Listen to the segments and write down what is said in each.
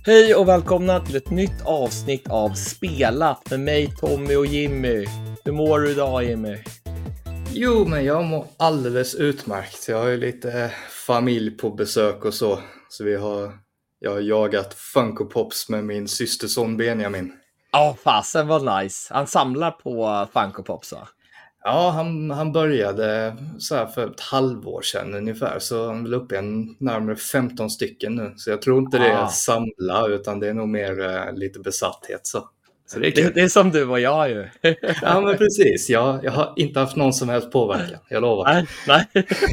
Hej och välkomna till ett nytt avsnitt av Spelat med mig, Tommy och Jimmy. Hur mår du idag, Jimmy? Jo, men jag mår alldeles utmärkt. Jag har ju lite familj på besök och så. Så jag har jagat Funko Pops med min systerson Benjamin. Ja, fasen var nice. Han samlar på Funko Pops, va? Ja, han började så här för ett halvår sedan ungefär. Så han är väl uppe i närmare 15 stycken nu. Så jag tror inte det är samla, utan det är nog mer lite besatthet. Så det är kul. Det är som du och jag ju. Ja, men precis. Jag har inte haft någon som helst påverkan. Jag lovar. Nej.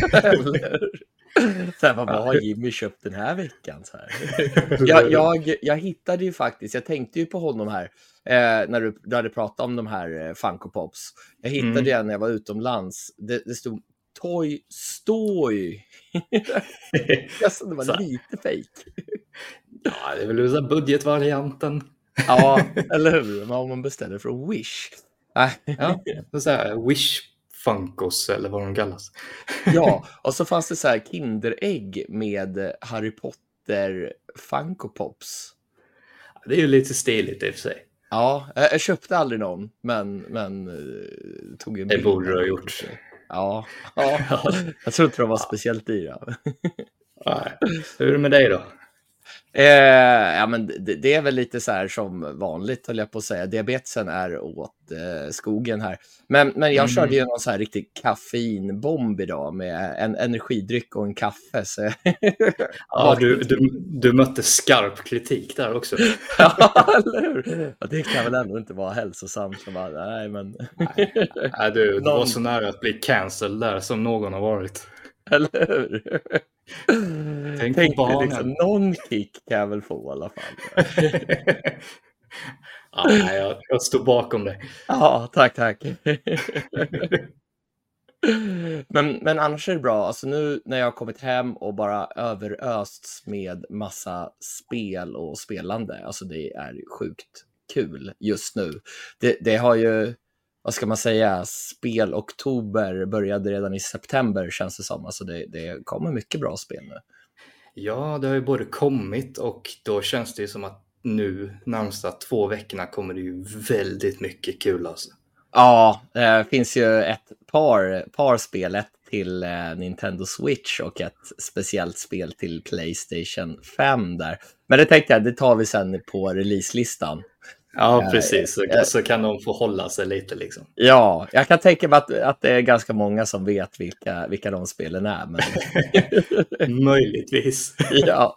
Så här, vad har Jimmy köpt den här veckan? Så här. Jag hittade ju faktiskt, jag tänkte ju på honom här när du hade pratat om de här Funko Pops. Jag hittade ju en när jag var utomlands. Det stod Toy Story. Alltså, det var så lite fake. Ja, det är väl så budgetvarianten. Ja, eller hur? Om man beställer från Wish. Ja, så här Wish Funkos eller vad de kallas. Ja, och så fanns det så här Kinderägg med Harry Potter Funko Pops. Det är ju lite stiligt i och för sig. Ja, jag köpte aldrig någon, men tog en bild. Det borde du ha gjort. Ja. Jag tror inte de var speciellt dyra. Nej. Hur är det med dig då? Ja, men det är väl lite så här som vanligt, höll jag på att säga. Diabetesen är åt skogen här. Men jag körde ju någon så här riktig kaffeinbomb idag med en energidryck och en kaffe. Så ja, du mötte skarp kritik där också. Ja, eller hur? Ja, det kan väl ändå inte vara hälsosamt. Så bara, nej, men... nej, du var så nära att bli cancelled där som någon har varit. Eller hur? Tänk på liksom, någon kick kan jag väl få i alla fall. Ja, jag står bakom dig. Ja, tack. men annars är det bra. Alltså nu när jag har kommit hem och bara överösts med massa spel och spelande. Alltså det är sjukt kul just nu. Det har ju, vad ska man säga, spel-oktober började redan i september, känns det som. Alltså det kommer mycket bra spel nu. Ja, det har ju både kommit och då känns det ju som att nu närmsta 2 veckorna kommer det ju väldigt mycket kul alltså. Ja, det finns ju ett par spel, ett till Nintendo Switch och ett speciellt spel till PlayStation 5 där. Men det tänkte jag, det tar vi sen på releaselistan. Ja, precis. Så kan de få hålla sig lite liksom. Ja, jag kan tänka mig att det är ganska många som vet vilka de spelen är. Men... Möjligtvis. Ja.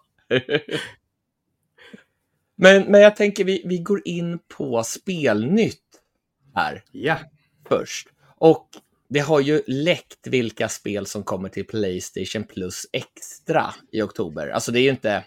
Men jag tänker vi går in på spelnytt här. Ja. Först. Och det har ju läckt vilka spel som kommer till PlayStation Plus Extra i oktober. Alltså det är ju inte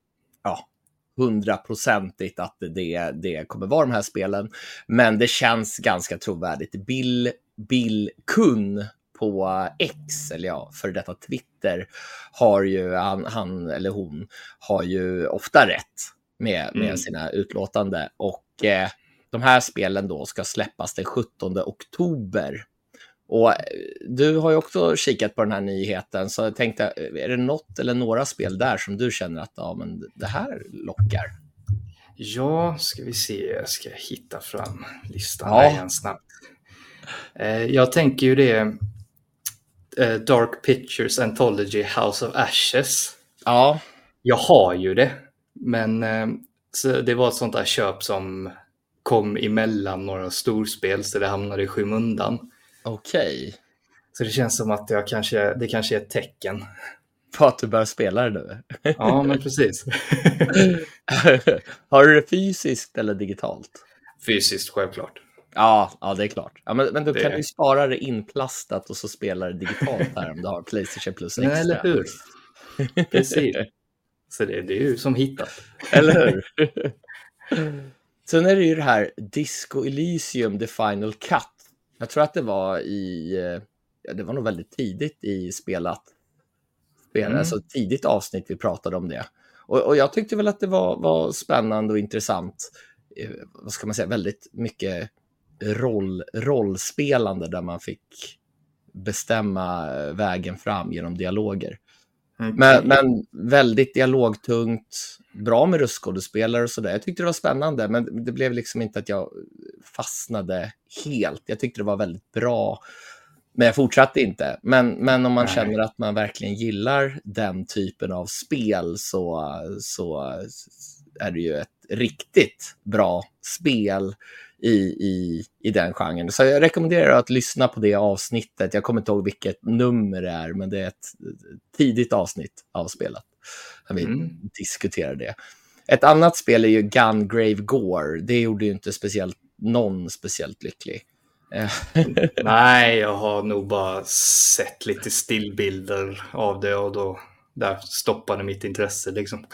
100% att det kommer vara de här spelen. Men det känns ganska trovärdigt. Bill Kunn på X, eller för detta Twitter, har ju han eller hon har ju ofta rätt med sina utlåtande. Och de här spelen då ska släppas den 17 oktober. Och du har ju också kikat på den här nyheten, så jag tänkte, är det något eller några spel där som du känner att men det här lockar? Ja, ska vi se, jag ska hitta fram listan här igen snabbt. Jag tänker ju det Dark Pictures Anthology House of Ashes. Ja. Jag har ju det, men så det var ett sånt där köp som kom emellan några storspel, så det hamnade i skymundan. Okej. Så det känns som att det kanske är ett tecken. På att du börjar spela det nu. Ja, men precis. Har du det fysiskt eller digitalt? Fysiskt, självklart. Ja, det är klart. Ja, men då kan du spara det inplastat och så spelar det digitalt här om du har PlayStation Plus Extra. Eller hur? Precis. Så det är ju som hittat. Eller hur? Sen är det ju det här Disco Elysium The Final Cut. Jag tror att det var det var nog väldigt tidigt i spelat. Alltså tidigt avsnitt vi pratade om det. Och jag tyckte väl att det var spännande och intressant. Vad ska man säga? Väldigt mycket rollspelande där man fick bestämma vägen fram genom dialoger. Men väldigt dialogtungt, bra med röstskådespelare och sådär. Jag tyckte det var spännande, men det blev liksom inte att jag fastnade helt. Jag tyckte det var väldigt bra, men jag fortsatte inte. Men om man känner att man verkligen gillar den typen av spel så är det ju ett riktigt bra spel i den genren. Så jag rekommenderar att lyssna på det avsnittet. Jag kommer inte ihåg vilket nummer det är, men det är ett tidigt avsnitt av spelet när vi diskuterar det. Ett annat spel är ju Gungrave Gore. Det gjorde ju inte någon speciellt lycklig. Nej, jag har nog bara sett lite stillbilder av det och då där stoppade mitt intresse liksom.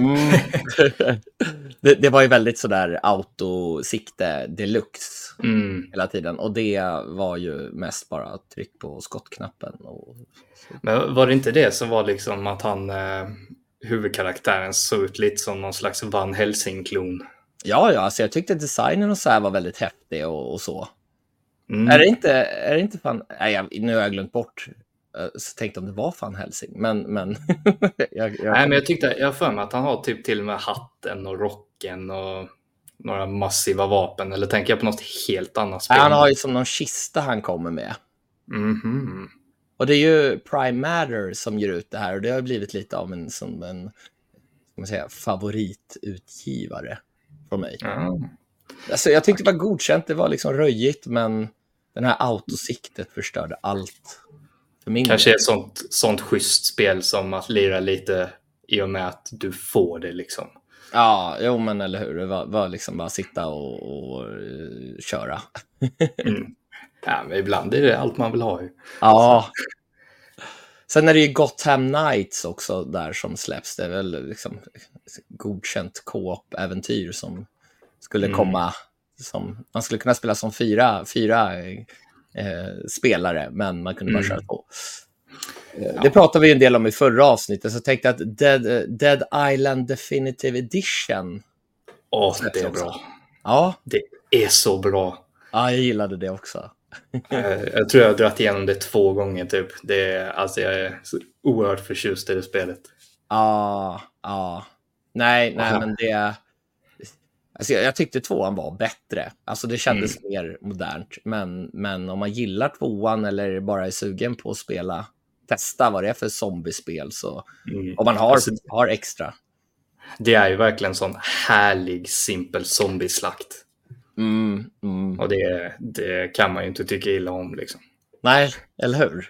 Det var ju väldigt sådär autosikte deluxe hela tiden, och det var ju mest bara tryck på skottknappen. Men var det inte det som var liksom att han huvudkaraktären såg ut lite som någon slags Van Helsing-klon? Ja, alltså jag tyckte designen och så här var väldigt häftig och så. Är det inte fan... Nej, nu har jag glömt bort. Så tänkte om det var fan Helsing, men Nej, men jag för mig att han har typ till och med hatten och rocken och några massiva vapen, eller tänker jag på något helt annat spel? Han har ju som någon kista han kommer med. Och det är ju Prime Matter som ger ut det här, och det har blivit lite av en ska man säga, favoritutgivare för mig. Alltså, jag tyckte det var godkänt, det var liksom röjigt, men den här autosiktet förstörde allt. Kanske ett sånt schysst spel som att lira lite i och med att du får det liksom. Ja, jo men eller hur. Det var liksom bara sitta och köra. Ja, men ibland är det allt man vill ha ju. Ja. Sen är det ju Gotham Knights också där som släpps. Det är väl liksom godkänt co-op-äventyr som skulle komma. Man skulle kunna spela som fyra spelare, men man kunde bara köra två. Det pratade vi en del om i förra avsnittet, så jag tänkte att Dead Island Definitive Edition. Det är bra. Ja. Det är så bra. Ja, jag gillade det också. Jag tror jag har dragit igenom det 2 gånger typ. Alltså jag är så oerhört förtjust i det spelet. Ja. Nej, men det... Alltså jag tyckte 2:an var bättre. Alltså det kändes mer modernt. Men om man gillar 2:an eller bara är sugen på att testa vad det är för zombiespel, så om man har extra. Det är ju verkligen sån härlig, simpel zombieslakt. Och det kan man ju inte tycka illa om liksom. Nej, eller hur?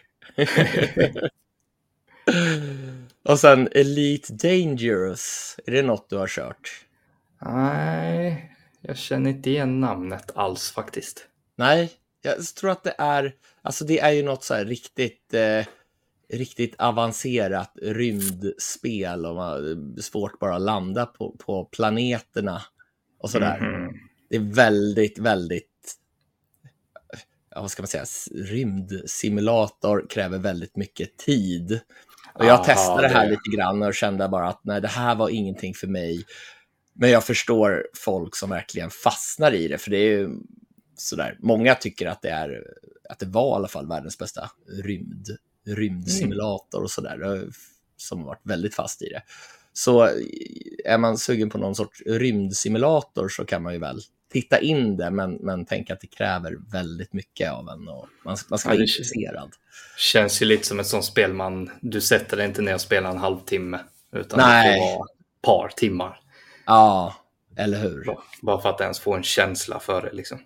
Och sen Elite Dangerous. Är det något du har kört? Nej, jag känner inte igen namnet alls faktiskt. Nej, jag tror att det är ju något så här riktigt avancerat rymdspel, och svårt bara att landa på planeterna och sådär. Det är väldigt, väldigt, vad ska man säga, rymdsimulator kräver väldigt mycket tid. Och jag testade det här lite grann och kände bara att nej, det här var ingenting för mig. Men jag förstår folk som verkligen fastnar i det, för det är ju sådär, många tycker att det var i alla fall världens bästa rymdsimulator och sådär, som har varit väldigt fast i det. Så är man sugen på någon sorts rymdsimulator så kan man ju väl titta in det, men tänka att det kräver väldigt mycket av en, och man ska vara intresserad. Känns ju lite som ett sånt spel du sätter dig inte ner och spelar en halvtimme, utan Nej. det får vara ett par timmar. Ja, eller hur? Bara för att ens få en känsla för det liksom.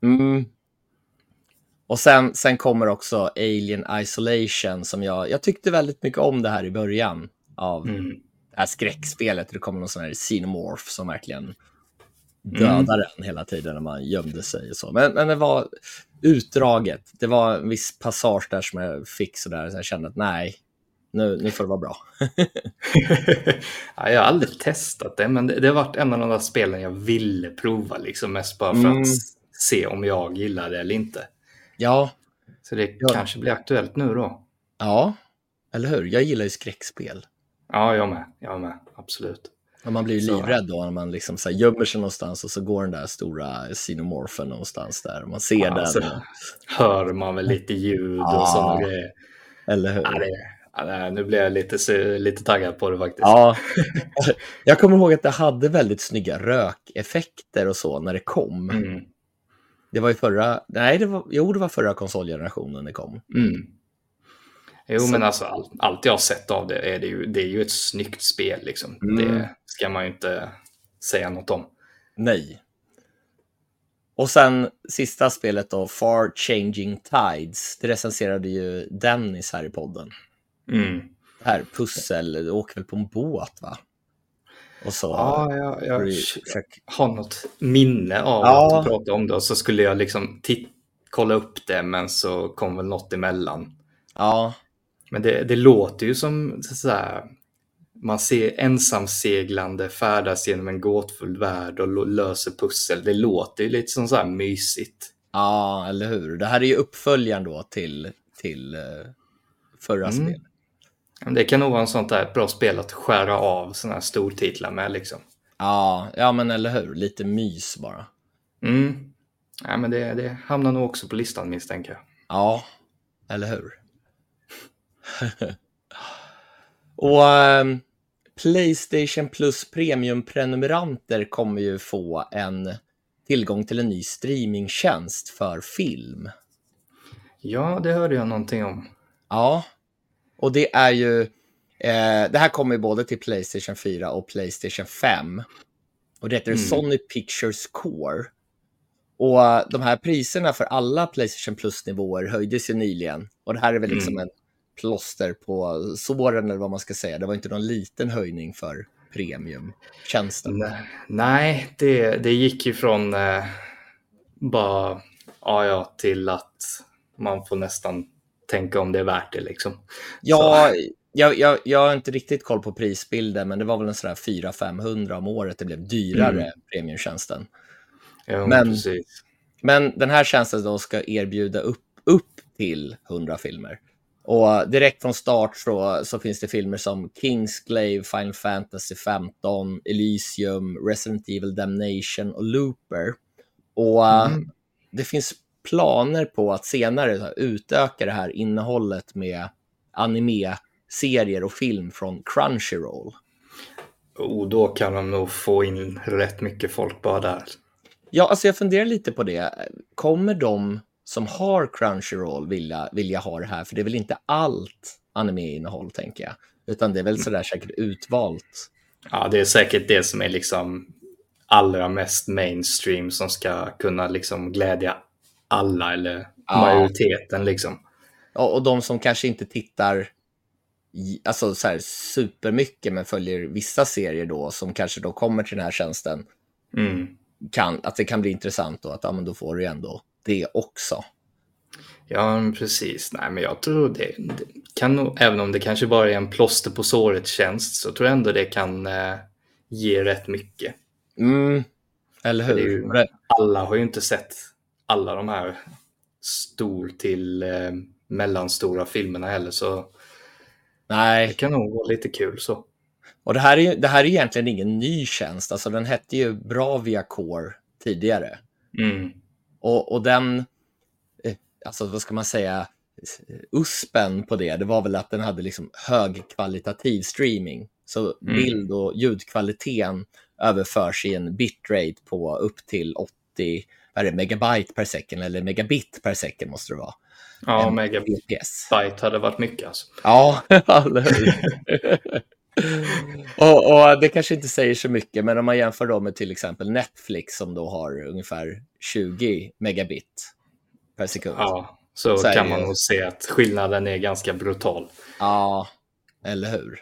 Och sen kommer också Alien Isolation, som jag tyckte väldigt mycket om det här i början av det här skräckspelet. Det kommer någon sån här xenomorph som verkligen dödade en hela tiden när man gömde sig och så. Men det var utdraget. Det var en viss passage där som jag fick sådär, så jag kände att nej, nu får det vara bra. Ja, jag har aldrig testat det, men det har varit en av de där spelen jag ville prova liksom, mest bara för att se om jag gillar det eller inte. Ja. Så det kanske blir aktuellt nu då. Ja, eller hur? Jag gillar ju skräckspel. Ja, jag med, absolut. Och man blir ju livrädd då när man liksom så här gömmer sig någonstans och så går den där stora xenomorphen någonstans där och man ser den. Så hör man väl lite ljud och sådana grejer. Eller hur? Ja, nej, nu blir jag lite taggad på det faktiskt. Ja, jag kommer ihåg att det hade väldigt snygga rökeffekter och så när det kom. Mm. Det var ju det var förra konsolgenerationen det kom. Mm. Jo, men alltså allt jag har sett av det är ju ett snyggt spel liksom. Det ska man ju inte säga något om. Nej. Och sen sista spelet då, Far Changing Tides. Det recenserade ju Dennis här i podden. Det här pussel, du åker väl på en båt va? Och så, ja, jag har något minne av att du pratade om det. Och så skulle jag liksom kolla upp det, men så kom väl något emellan. Ja. Men det låter ju som så här, man ser ensamseglande färdas genom en gåtfull värld och löser pussel. Det låter ju lite som så här mysigt. Ja, eller hur? Det här är ju uppföljaren då till förra spelet. Det kan nog vara en sånt där bra spel att skära av såna här stortitlar med liksom. Ja, men eller hur? Lite mys bara. Ja, men det hamnar nog också på listan misstänker jag. Ja, eller hur? Och PlayStation Plus Premium-prenumeranter kommer ju få tillgång till en ny streamingtjänst för film. Ja, det hörde jag någonting om. Ja, och det är ju det här kommer ju både till PlayStation 4 och PlayStation 5. Och det heter Sony Pictures Core. Och de här priserna för alla PlayStation Plus-nivåer höjdes ju nyligen. Och det här är väl liksom en plåster på såren eller vad man ska säga. Det var inte någon liten höjning för premiumtjänsten. Nej, det gick ju från bara till att man får nästan tänka om det är värt det liksom. Ja, jag har inte riktigt koll på prisbilden, men det var väl en sådär 400-500 om året det blev dyrare premiumtjänsten. Ja, precis. Men den här tjänsten då ska erbjuda upp till 100 filmer. Och direkt från start så finns det filmer som Kingsglaive, Final Fantasy 15, Elysium, Resident Evil Damnation och Looper. Och det finns planer på att senare utöka det här innehållet med anime-serier och film från Crunchyroll. Då kan de nog få in rätt mycket folk bara där. Ja, alltså jag funderar lite på det. Kommer de som har Crunchyroll vilja ha det här? För det är väl inte allt anime-innehåll, tänker jag. Utan det är väl sådär säkert utvalt. Ja, det är säkert det som är liksom allra mest mainstream som ska kunna liksom glädja alla eller majoriteten liksom. Ja, och de som kanske inte tittar alltså så här supermycket men följer vissa serier då som kanske då kommer till den här tjänsten att det kan bli intressant då att men då får du ändå det också. Ja, precis. Nej, men jag tror det kan nog, även om det kanske bara är en plåster på såret tjänst, så tror jag ändå det kan ge rätt mycket. Eller hur? Alla har ju inte sett alla de här stor till mellanstora filmerna heller, så nej. Det kan nog vara lite kul så. Och det här är egentligen ingen ny tjänst. Alltså den hette ju Bravia Core tidigare. Och den, alltså vad ska man säga, uspen på det var väl att den hade liksom högkvalitativ streaming. Så bild- och ljudkvaliteten överförs i en bitrate på upp till 80 megabyte per second, eller megabit per second måste det vara. Ja, megabit hade varit mycket alltså. Ja, eller hur? och det kanske inte säger så mycket, men om man jämför då med till exempel Netflix som då har ungefär 20 megabit per sekund. Ja, så kan man nog se att skillnaden är ganska brutal. Ja, eller hur?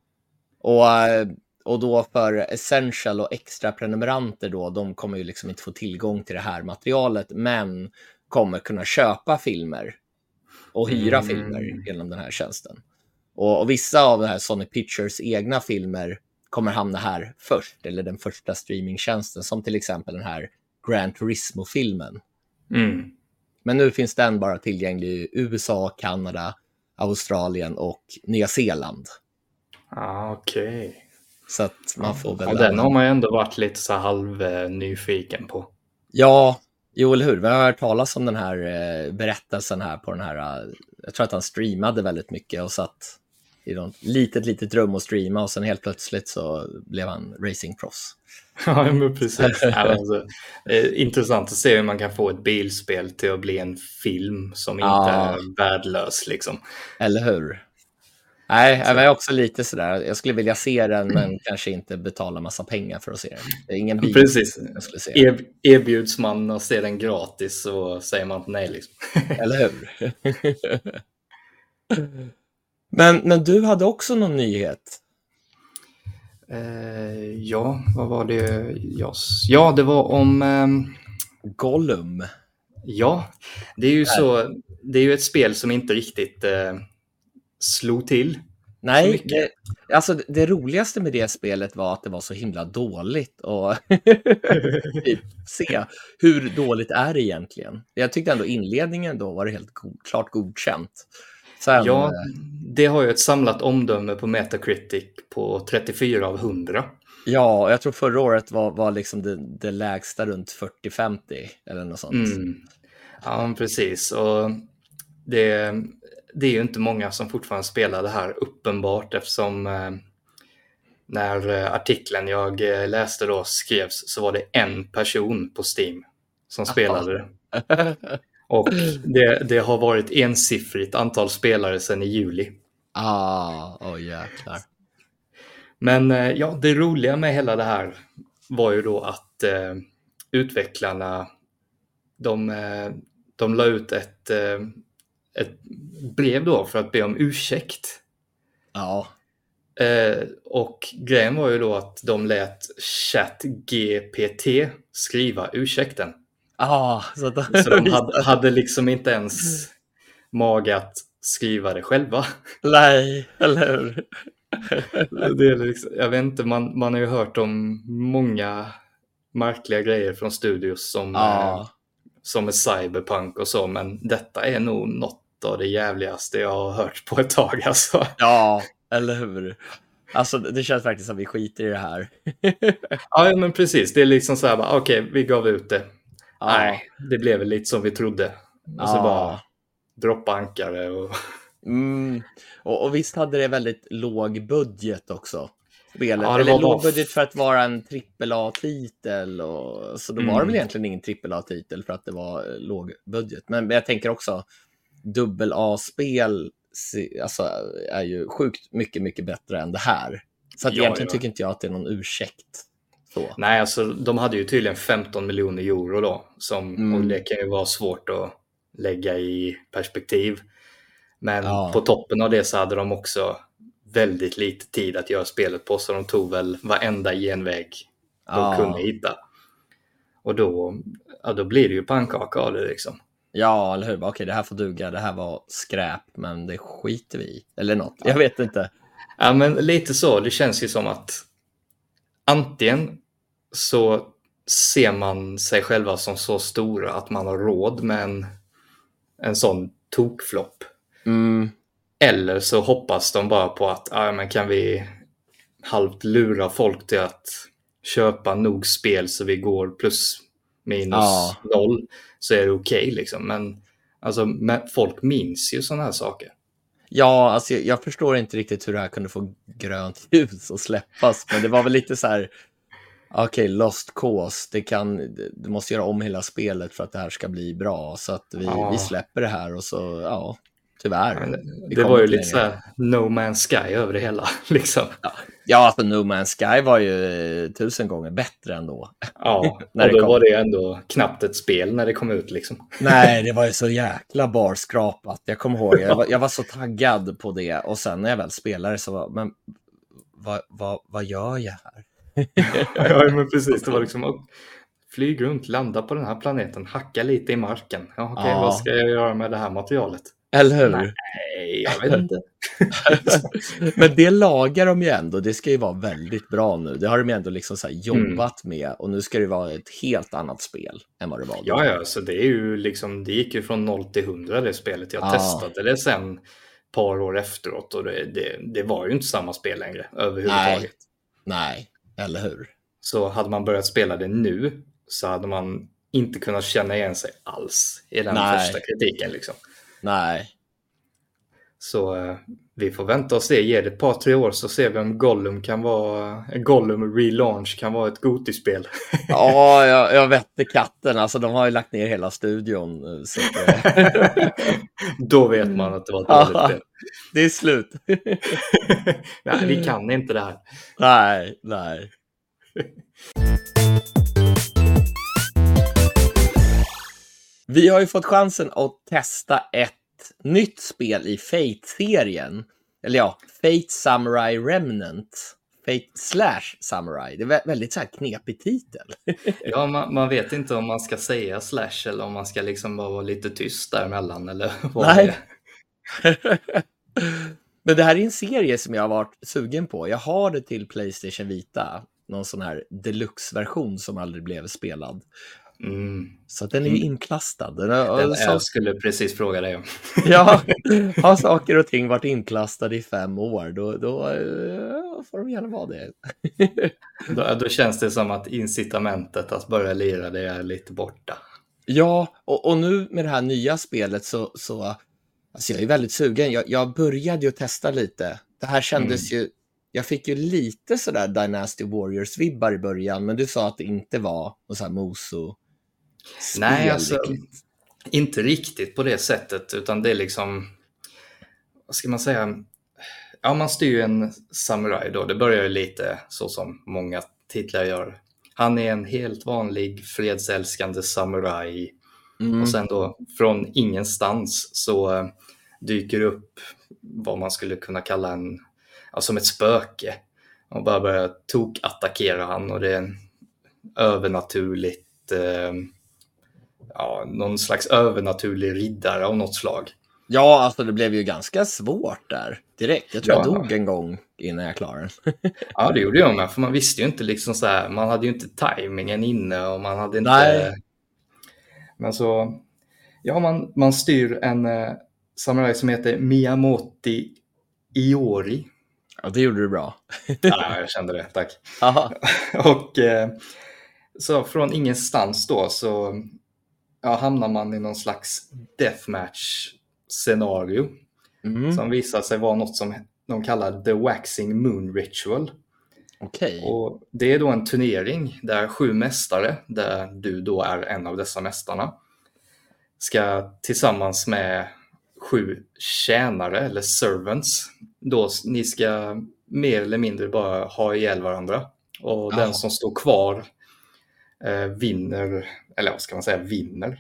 Och då för essential och extra prenumeranter då, de kommer ju liksom inte få tillgång till det här materialet, men kommer kunna köpa filmer och hyra filmer genom den här tjänsten. Och vissa av det här Sony Pictures egna filmer kommer hamna här först, eller den första streamingtjänsten, som till exempel den här Gran Turismo-filmen. Men nu finns den bara tillgänglig i USA, Kanada, Australien och Nya Zeeland. Okej. Så att man får väl... Ja, den har man ju ändå varit lite så halv nyfiken på. Ja, jo eller hur. Vi har hört talas om den här berättelsen här på den här... Jag tror att han streamade väldigt mycket och så att i något litet rum och streama och sen helt plötsligt så blev han racingproffs. Ja, men precis. Alltså, intressant att se hur man kan få ett bilspel till att bli en film som inte är värdelös liksom. Eller hur? Nej, jag är också lite sådär. Jag skulle vilja se den men kanske inte betala massa pengar för att se den. Det är ingen bil. Precis. Jag skulle se. Erbjuds man att se den gratis så säger man nej liksom. Eller hur? Men du hade också någon nyhet. Ja, vad var det? Ja, det var om Gollum. Ja, det är ju så. Det är ju ett spel som inte riktigt slog till. Nej, det roligaste med det spelet var att det var så himla dåligt och typ, se hur dåligt är det egentligen. Jag tyckte ändå inledningen då var det helt klart godkänt. Sen, ja, det har ju ett samlat omdöme på Metacritic på 34 av 100. Ja, jag tror förra året var liksom det lägsta runt 40-50 eller något sånt. Ja, precis. Och det är ju inte många som fortfarande spelar det här uppenbart eftersom när artikeln jag läste då skrevs så var det en person på Steam som spelade det. Och det har varit ensiffrigt antal spelare sedan i juli. Jäklar. Men ja, det roliga med hela det här var ju då att utvecklarna de la ut ett brev då för att be om ursäkt. Ja. Och grejen var ju då att de lät ChatGPT skriva ursäkten. Så de hade liksom inte ens mage att skriva det själva. Nej, eller hur? Det är liksom, jag vet inte, man har ju hört om många märkliga grejer från studios som är cyberpunk och så, men detta är nog något av det jävligaste jag har hört på ett tag alltså. Ja, eller hur? Alltså det känns faktiskt som vi skiter i det här. Ja, men precis, det är liksom så här, okej, vi gav ut det. Nej, det blev väl lite som vi trodde. Och så bara droppa ankare och... Och visst hade det väldigt låg budget också. Spelet. Ja, eller låg budget för att vara en AAA-titel. Så då var det väl egentligen ingen AAA-titel för att det var låg budget. Men jag tänker också AA-spel alltså, är ju sjukt mycket bättre än det här. Så att egentligen tycker inte jag att det är någon ursäkt. Så. Nej, alltså de hade ju tydligen 15 miljoner euro då. Och det kan ju vara svårt att lägga i perspektiv. Men på toppen av det så hade de också väldigt lite tid att göra spelet på. Så de tog väl varenda genväg de kunde hitta. Och då blir det ju pannkaka av det liksom. Ja, eller hur? Okej, det här får duga. Det här var skräp, men det skiter vi i. Eller något, jag vet inte. Ja, men lite så. Det känns ju som att antingen så ser man sig själva som så stora att man har råd med en sån tokflopp. Eller så hoppas de bara på att men kan vi halvt lura folk till att köpa nog spel så vi går plus minus 0 så är det okej liksom. Men alltså, folk minns ju sådana här saker. Ja, alltså jag förstår inte riktigt hur det här kunde få grönt ljus och släppas. Men det var väl lite så här, okej, Lost Cause, du måste göra om hela spelet för att det här ska bli bra. Så att vi släpper det här och så, tyvärr. Det var ju lite så här No Man's Sky över det hela, liksom. Ja, alltså No Man's Sky var ju 1000 gånger bättre ändå. Ja, och då var det ändå knappt ett spel när det kom ut, liksom. Nej, det var ju så jäkla barskrapat. Jag kommer ihåg, jag var så taggad på det. Och sen när jag väl spelade så var men vad gör jag här? Ja, men precis. Det var liksom flyg runt, landa på den här planeten, hacka lite i marken. Okej, vad ska jag göra med det här materialet? Eller hur? Nej, jag vet inte. Men det lagar de ju ändå. Det ska ju vara väldigt bra nu. Det har de ju ändå liksom så här jobbat med. Och nu ska det vara ett helt annat spel än vad det var då. Ja, så det är ju liksom, det gick ju från 0 till 100 det spelet. Jag testade det sen ett par år efteråt. Och det var ju inte samma spel längre överhuvudtaget. Nej, eller hur? Så hade man börjat spela det nu så hade man inte kunnat känna igen sig alls i den första kritiken liksom. Nej. Så vi får vänta oss det. Ge det ett par, 3 år så ser vi om Gollum relaunch kan vara ett Goti-spel. Ja, jag vette katten. Alltså de har ju lagt ner hela studion. Så Då vet man att det var ett dåligt spel. Det är slut. Nej, vi kan inte det här. Nej. Vi har ju fått chansen att testa ett nytt spel i Fate-serien. Eller ja, Fate Samurai Remnant. Fate/Samurai. Det är väldigt så här knepig titel. Ja, man vet inte om man ska säga slash eller om man ska liksom bara vara lite tyst däremellan. Eller vad. Nej. Men det här är en serie som jag har varit sugen på. Jag har det till PlayStation Vita. Någon sån här deluxe-version som aldrig blev spelad. Så att den är ju inplastad. Jag skulle precis fråga dig om. Ja, har saker och ting varit inplastade i 5 år, då får de gärna vara det. Då känns det som att incitamentet att börja lira det är lite borta. Ja, och nu med det här nya spelet så alltså jag är väldigt sugen. Jag började ju testa lite. Det här kändes ju, jag fick ju lite sådär Dynasty Warriors-vibbar i början, men du sa att det inte var något så här Moso. Nej, alltså inte riktigt på det sättet, utan det är liksom, vad ska man säga, ja, man styr ju en samurai då. Det börjar ju lite så som många titlar gör. Han är en helt vanlig fredsälskande samurai och sen då från ingenstans så dyker upp vad man skulle kunna kalla som ett spöke och bara börjar tokattackera han, och det är en övernaturligt någon slags övernaturlig riddare av något slag. Ja, alltså det blev ju ganska svårt där direkt. Jag tror jag dog en gång innan jag klarade den. Ja, det gjorde jag med, för man visste ju inte liksom så här, man hade ju inte tajmingen inne och man hade inte... Nej. Men så, ja, man styr en samurai som heter Miyamoto Iori. Ja, det gjorde du bra. Ja, jag kände det, tack. Aha. Och så från ingenstans då så hamnar man i någon slags deathmatch-scenario som visar sig vara något som de kallar The Waxing Moon Ritual. Okej. Och det är då en turnering där 7 mästare, där du då är en av dessa mästarna, ska tillsammans med 7 tjänare eller servants, då ni ska mer eller mindre bara ha ihjäl varandra. Och den som står kvar vinner, eller vad ska man säga, vinner.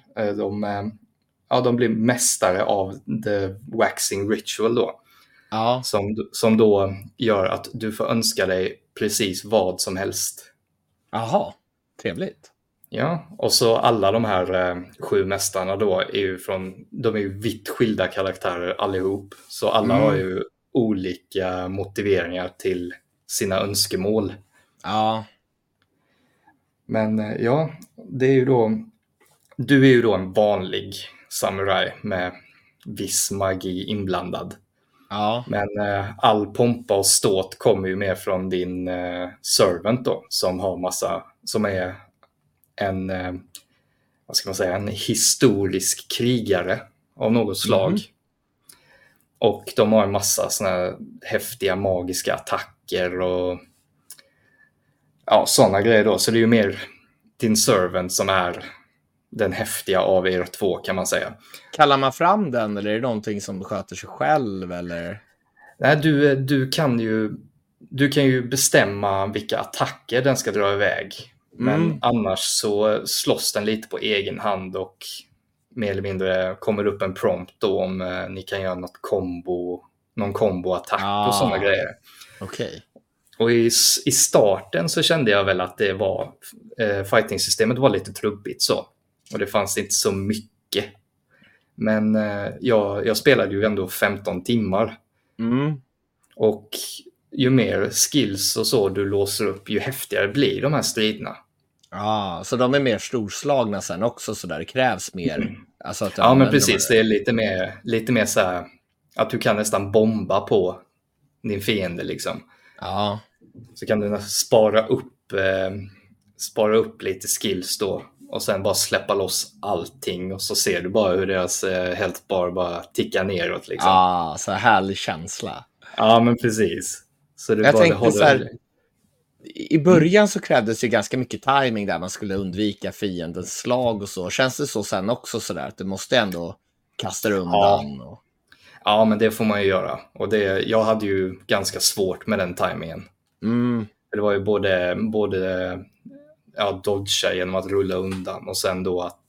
De blir mästare av The Waxing Ritual då. Ja. Som då gör att du får önska dig precis vad som helst. Jaha, trevligt. Ja, och så alla de här 7 mästarna då de är ju vitt skilda karaktärer allihop. Så alla har ju olika motiveringar till sina önskemål. Ja. Men ja, det är ju då, du är ju då en vanlig samurai med viss magi inblandad. Ja. Men all pompa och ståt kommer ju mer från din servant då, som är en, vad ska man säga, en historisk krigare av något slag. Och de har en massa såna här häftiga magiska attacker och sådana grejer då. Så det är ju mer din servant som är den häftiga av er 2, kan man säga. Kallar man fram den, eller är det någonting som sköter sig själv, eller? Nej, du kan ju bestämma vilka attacker den ska dra iväg. Men annars så slåss den lite på egen hand och mer eller mindre kommer upp en prompt då om ni kan göra någon komboattack och sådana grejer. Okej. Och i starten så kände jag väl att det var fighting-systemet var lite trubbigt så. Och det fanns inte så mycket. Men jag spelade ju ändå 15 timmar. Och ju mer skills och så du låser upp, ju häftigare blir de här striderna. Ja, så de är mer storslagna sen också, så där det krävs mer. Alltså att men precis. Det är lite mer så här att du kan nästan bomba på din fiende liksom. Ja. Så kan du spara upp lite skills då och sen bara släppa loss allting och så ser du bara hur deras health bar bara tickar neråt liksom. Så härlig känsla. Ja, men precis. Så det Jag bara tänkte så här, håller... i början så krävdes ju ganska mycket timing där man skulle undvika fiendens slag och så. Känns det så sen också så där att du måste ändå kasta undan? Och... Ja, men det får man ju göra. Och jag hade ju ganska svårt med den timingen. Det var ju både dodga genom att rulla undan och sen då att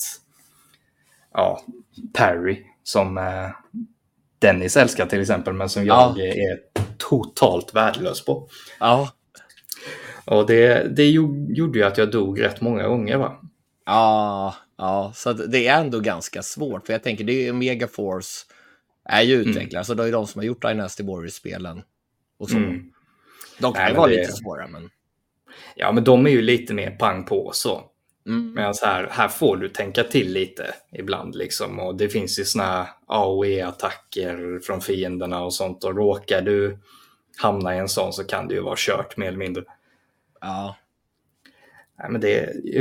parry som Dennis älskar till exempel, men som jag är totalt värdelös på. Ja. Och det gjorde ju att jag dog rätt många gånger, va? Ja, så det är ändå ganska svårt. För jag tänker, det är Megaforce är ju utvecklare. Så det är ju de som har gjort Dynasty Warriors-spelen. Och så. De kan ju vara lite svåra, men... Ja, men de är ju lite mer pang på så. Men så här får du tänka till lite ibland liksom. Och det finns ju såna AOE-attacker från fienderna och sånt. Och råkar du hamna i en sån så kan det ju vara kört mer eller mindre. Ja. Nej, men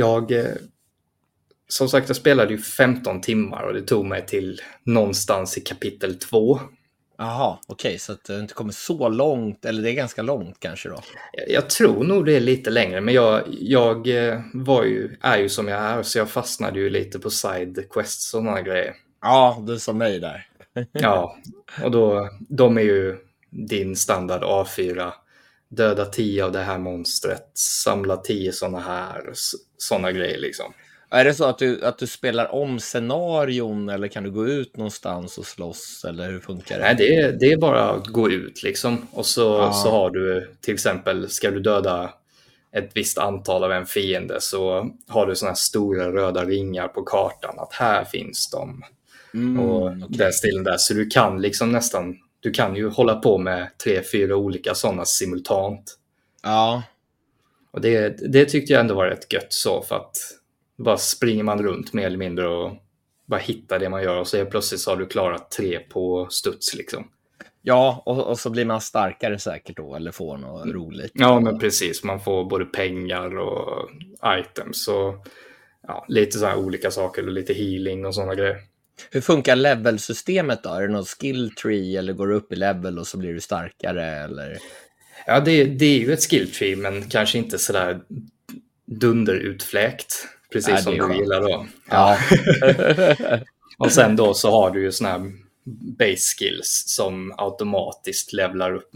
som sagt, jag spelade ju 15 timmar och det tog mig till någonstans i kapitel 2. Jaha, okej, så att det inte kommer så långt, eller det är ganska långt kanske då? Jag tror nog det är lite längre, men jag är ju som jag är, så jag fastnade ju lite på side quests och sådana grejer. Ja, du som mig där. Ja, och då, de är ju din standard A4. Döda 10 av det här monstret, samla 10 sådana grejer liksom. Är det så att du spelar om scenarion, eller kan du gå ut någonstans och slåss, eller hur funkar det? Nej, det är bara att gå ut liksom. Och så har du till exempel, ska du döda ett visst antal av en fiende så har du såna här stora röda ringar på kartan att här finns de. Och den stilen där. Så du kan liksom du kan ju hålla på med 3-4 olika sådana simultant. Ja. Och det tyckte jag ändå var rätt gött så, för att bara springer man runt mer eller mindre och bara hittar det man gör och så plötsligt så har du klarat 3 på studs liksom. Ja, och så blir man starkare säkert då, eller får något roligt. Ja, men precis. Man får både pengar och items och lite så här olika saker och lite healing och sådana grejer. Hur funkar levelsystemet då? Är det någon skill tree eller går du upp i level och så blir du starkare? Eller? Ja, det är ju ett skill tree, men kanske inte sådär dunderutfläkt. Precis som du gillar då. Ja. Och sen då så har du ju såna här base skills som automatiskt levlar upp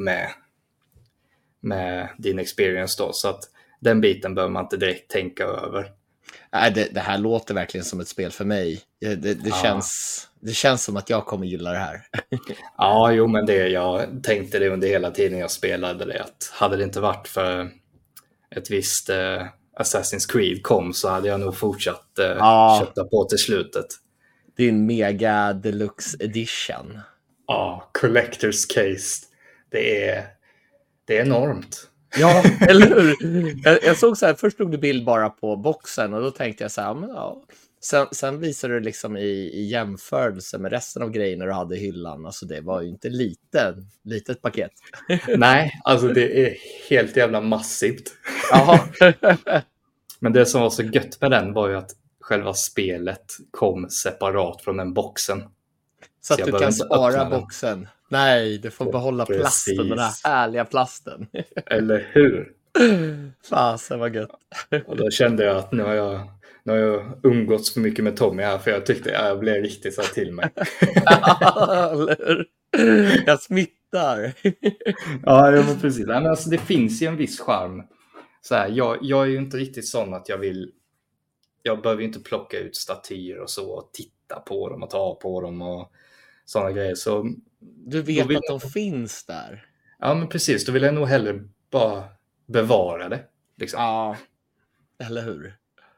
med din experience då. Så att den biten behöver man inte direkt tänka över. Nej, det här låter verkligen som ett spel för mig. Det känns som att jag kommer gilla det här. Ja, jo, men jag tänkte det under hela tiden jag spelade det. Att hade det inte varit för ett visst Assassin's Creed kom så hade jag nog fortsatt köpa på till slutet. Din mega deluxe edition. Ja, collector's case. Det är enormt. Ja, eller hur? Jag såg så här, först tog du bild bara på boxen och då tänkte jag så här, men ja. Sen visade du liksom i jämförelse med resten av grejerna du hade i hyllan. Alltså det var ju inte litet paket. Nej, alltså det är helt jävla massivt. Jaha. Men det som var så gött med den var ju att själva spelet kom separat från den boxen. Så att du kan spara boxen. Nej, du får behålla plasten, den här härliga plasten. Eller hur? Fasen vad gött. Och då kände jag att nu har jag umgåtts för mycket med Tommy här, för jag tyckte jag blev riktigt så till mig. Jag smittar. Ja, men precis. Men alltså, det finns ju en viss charm. Så här, jag är ju inte riktigt sån att jag behöver ju inte plocka ut statyer och så och titta på dem och ta på dem och sådana grejer. Så du vet att de finns där. Ja, men precis. Då vill jag nog hellre bara bevara det. Liksom. Ja, eller hur?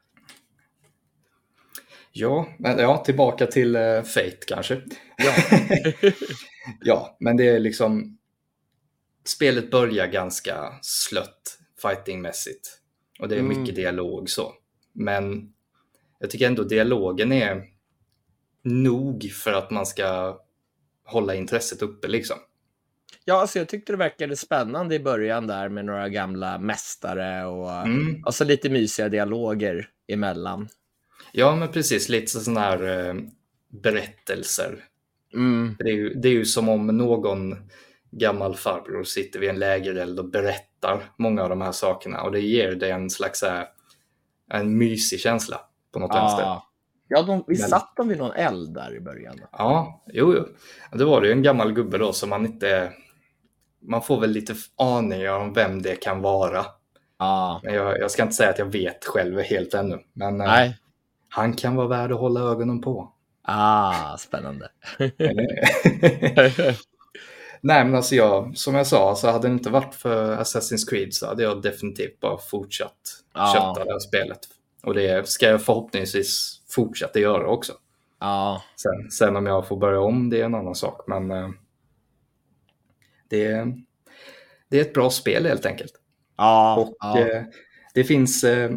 Ja, tillbaka till Fate kanske. Ja. Ja, men det är liksom... Spelet börjar ganska slött fightingmässigt. Och det är mycket dialog så. Men jag tycker ändå dialogen är nog för att man ska hålla intresset uppe liksom. Ja, alltså jag tyckte det verkade spännande i början där med några gamla mästare och alltså lite mysiga dialoger emellan. Ja, men precis. Lite sådana här berättelser. Mm. Det är ju som om någon gammal farbror sitter vid en lägereld och berättar många av de här sakerna. Och det ger det en slags en mysig känsla på något vänster. Ja, vi satt dem vid någon eld där i början. Ja, jo. Det var ju en gammal gubbe då som man får väl lite aningar om vem det kan vara. Men jag ska inte säga att jag vet själv helt ännu. Men han kan vara värd att hålla ögonen på. Spännande. Nej, men alltså som jag sa, så hade det inte varit för Assassin's Creed så hade jag definitivt bara fortsatt kötta det här spelet. Och det ska jag förhoppningsvis fortsätta göra också. Sen om jag får börja om, det är en annan sak. Men det är ett bra spel helt enkelt. Det finns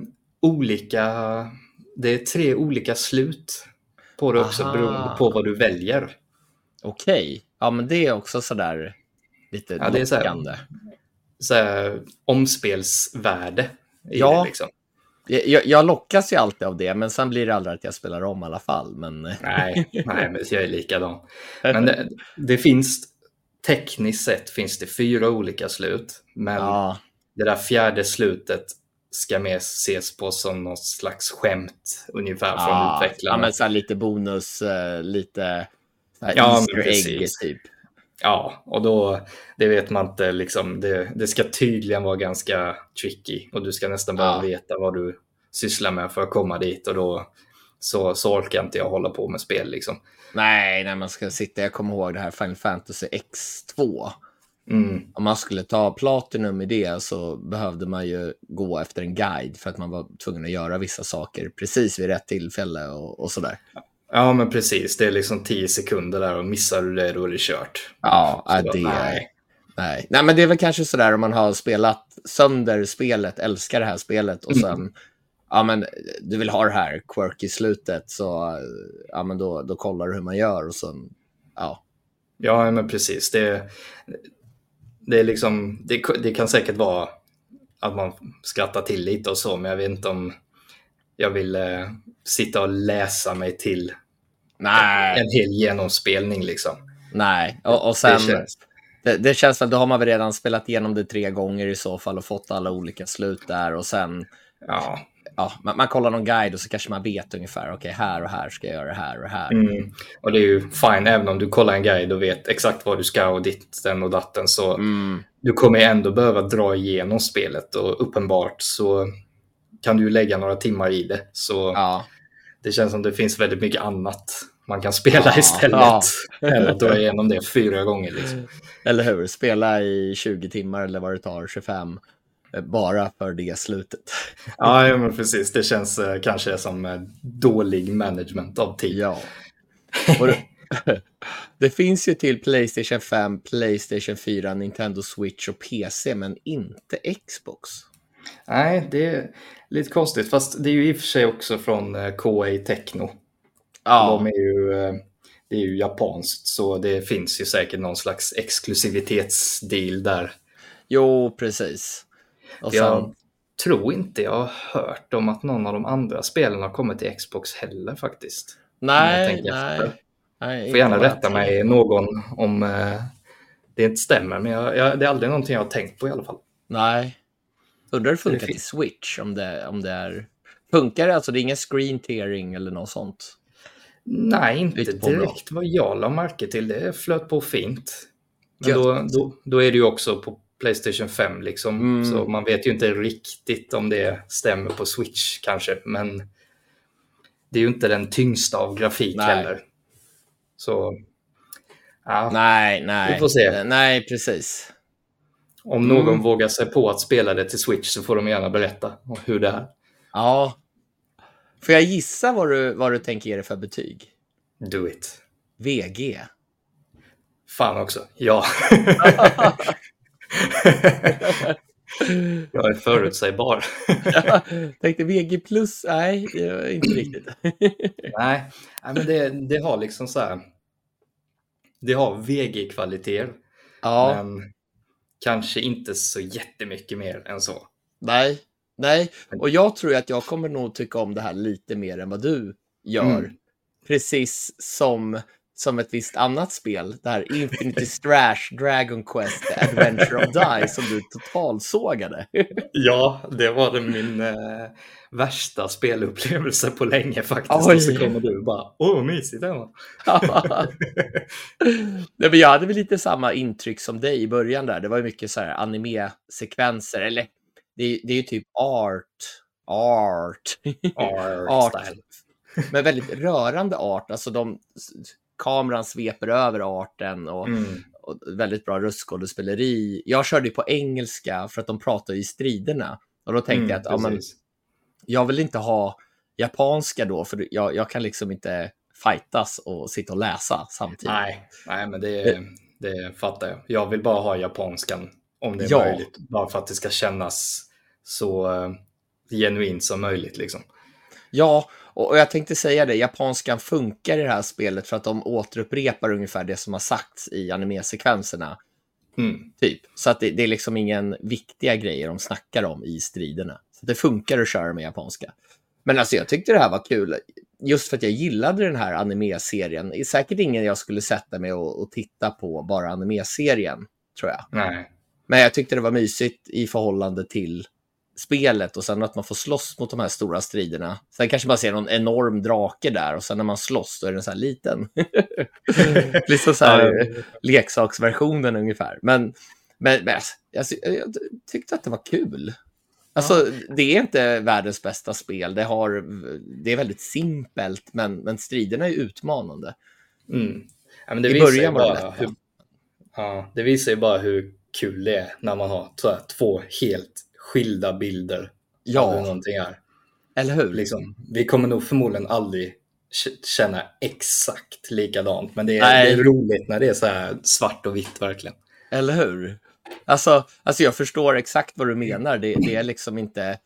det är 3 olika slut på det också, beroende på vad du väljer. Okej. Ja, men det är också sådär lite lockande. Så här, omspelsvärde i det liksom. Jag lockas ju alltid av det, men sen blir det aldrig att jag spelar om i alla fall. Men... Nej, men jag är likadan. Men det finns, tekniskt sett finns det 4 olika slut. Men det där 4:e slutet ska mer ses på som något slags skämt ungefär från utvecklarna. Ja, men så här lite bonus, lite Easter egg typ. Ja, och då, det vet man inte liksom, det ska tydligen vara ganska tricky och du ska nästan bara veta vad du sysslar med för att komma dit, och då så orkar inte jag hålla på med spel liksom. Nej, man ska sitta, jag kommer ihåg det här Final Fantasy X2. Om man skulle ta Platinum i det så behövde man ju gå efter en guide för att man var tvungen att göra vissa saker precis vid rätt tillfälle och sådär. Ja, men precis. Det är liksom 10 sekunder där och missar du det, då är det kört. Nej, men det är väl kanske sådär om man har spelat sönder spelet, älskar det här spelet och sen men du vill ha det här quirky slutet, så men då kollar du hur man gör och sen Ja, men precis. Det är liksom det kan säkert vara att man skrattar till lite och så, men jag vet inte om jag vill sitta och läsa mig till en hel genomspelning liksom. Nej, och sen det känns att då har man väl redan spelat igenom det 3 gånger i så fall och fått alla olika slut där, och sen man kollar någon guide och så kanske man vet ungefär, okej, här och här ska jag göra det här och här. Och det är ju fine, även om du kollar en guide och vet exakt vad du ska och ditten och datten, så du kommer ändå behöva dra igenom spelet, och uppenbart så kan du lägga några timmar i det, så det känns som det finns väldigt mycket annat man kan spela istället än att dra igenom det 4 gånger liksom. Eller hur, spela i 20 timmar eller vad det tar, 25 bara för det slutet. Ja, men precis, det känns kanske som dålig management av tid. Och det finns ju till PlayStation 5, PlayStation 4, Nintendo Switch och PC, men inte Xbox. Nej, det är lite konstigt, fast det är ju i och för sig också från Koei Tecmo. Det är ju japanskt, så det finns ju säkert någon slags exklusivitetsdeal där. Jo, precis. Och jag tror inte jag har hört om att någon av de andra spelen har kommit till Xbox heller faktiskt. Nej. Får gärna rätta mig någon om det inte stämmer, men det är aldrig någonting jag har tänkt på i alla fall. Nej. Undrar det funkar till Switch om det är... Funkar det? Alltså det är ingen screen tearing eller något sånt? Nej, inte direkt vad jag la märke till. Det flöt på fint. Men då är det ju också på PlayStation 5 liksom. Så man vet ju inte riktigt om det stämmer på Switch kanske. Men det är ju inte den tyngsta av grafik heller. Så nej. Vi får se. Nej, precis. Om någon vågar sig på att spela det till Switch så får de gärna berätta hur det är. Ja. Får jag gissa vad du tänker ge det för betyg? Do it. VG. Fan också. Ja. Jag är förutsägbar. Jag tänkte VG plus. Nej, inte riktigt. Nej, men det har liksom så här. Det har VG-kvaliteter. Men kanske inte så jättemycket mer än så. Nej. Nej, och jag tror att jag kommer nog tycka om det här lite mer än vad du gör. Precis som ett visst annat spel, det här Infinity Strash Dragon Quest The Adventure of Die som du totalsågade. Ja, det var min värsta spelupplevelse på länge faktiskt. Oj. Och så kommer du bara, åh mysigt det var. Nej, men jag hade väl lite samma intryck som dig i början där. Det var ju mycket så här anime-sekvenser, eller det är ju typ art. Men väldigt rörande art, alltså kameran sveper över arten och väldigt bra röstskådespeleri. Jag körde ju på engelska för att de pratar i striderna, och då tänkte jag att jag vill inte ha japanska då, för jag kan liksom inte fightas och sitta och läsa samtidigt. Nej, men det fattar jag. Jag vill bara ha japanskan om det är möjligt, bara för att det ska kännas så genuint som möjligt liksom. Ja, och jag tänkte säga det, japanskan funkar i det här spelet för att de återupprepar ungefär det som har sagts i anime-sekvenserna. Typ. Så att det är liksom ingen viktiga grejer de snackar om i striderna. Så det funkar att köra med japanska. Men alltså jag tyckte det här var kul. Just för att jag gillade den här anime-serien. Det är säkert ingen jag skulle sätta mig och titta på bara anime-serien, tror jag. Nej. Men jag tyckte det var mysigt i förhållande till spelet, och sen att man får slåss mot de här stora striderna. Sen kanske man ser någon enorm drake där, och sen när man slåss då är den så här liten. Liksom så här leksaksversionen ungefär. Men alltså, jag tyckte att det var kul. Alltså det är inte världens bästa spel. Det är väldigt simpelt, men striderna är utmanande. Ja, men det visar ju bara hur kul det är när man har så här, 2 helt skilda bilder av hur någonting är. Eller hur? Liksom, vi kommer nog förmodligen aldrig känna exakt likadant, men det är roligt när det är så här svart och vitt verkligen. Eller hur? Alltså jag förstår exakt vad du menar. Det är liksom inte...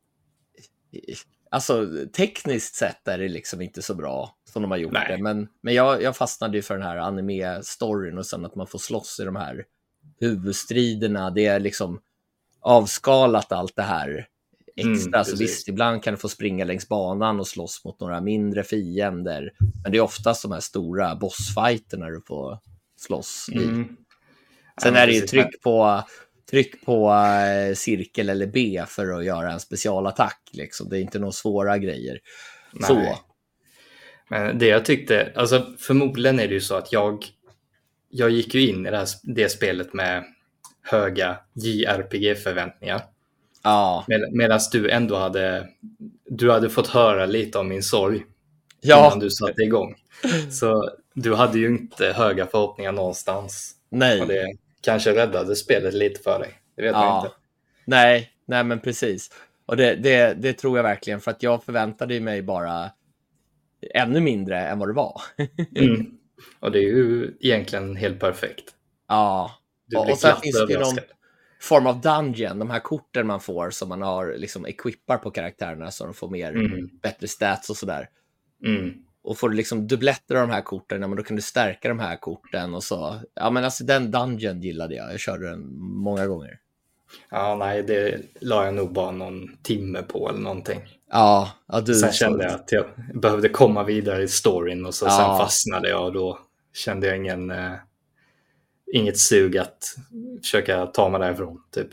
Alltså tekniskt sett är det liksom inte så bra som de har gjort det. Men jag fastnade ju för den här anime-storyn, och sen att man får slåss i de här huvudstriderna. Det är liksom avskalat allt det här extra. Så visst, ibland kan du få springa längs banan och slåss mot några mindre fiender. Men det är oftast de här stora bossfighterna du får slåss i. Sen är det ju tryck på cirkel eller B för att göra en specialattack. Liksom. Det är inte några svåra grejer. Nej. Så. Men det jag tyckte, alltså förmodligen är det ju så att jag gick ju in i det spelet med höga JRPG-förväntningar. Ja. Medan du ändå hade fått höra lite om min sorg innan du satte igång. Så du hade ju inte höga förhoppningar någonstans. Nej. Och det kanske räddade spelet lite för dig. Det vet man inte. Nej, men precis. Och det tror jag verkligen, för att jag förväntade mig bara ännu mindre än vad det var. Och det är ju egentligen helt perfekt. Ja. Och sen finns det någon form av dungeon, de här korten man får som man har liksom equippar på karaktärerna så de får bättre stats och sådär. Och får du liksom dubbletter av de här korten, men då kan du stärka de här korten och så. Ja, men alltså den dungeon gillade jag. Jag körde den många gånger. Ja, nej, det la jag nog bara någon timme på eller någonting. Ja, sen kände jag att jag behövde komma vidare i storyn, och sen fastnade jag, och då kände jag inget sug att försöka ta mig därifrån, typ.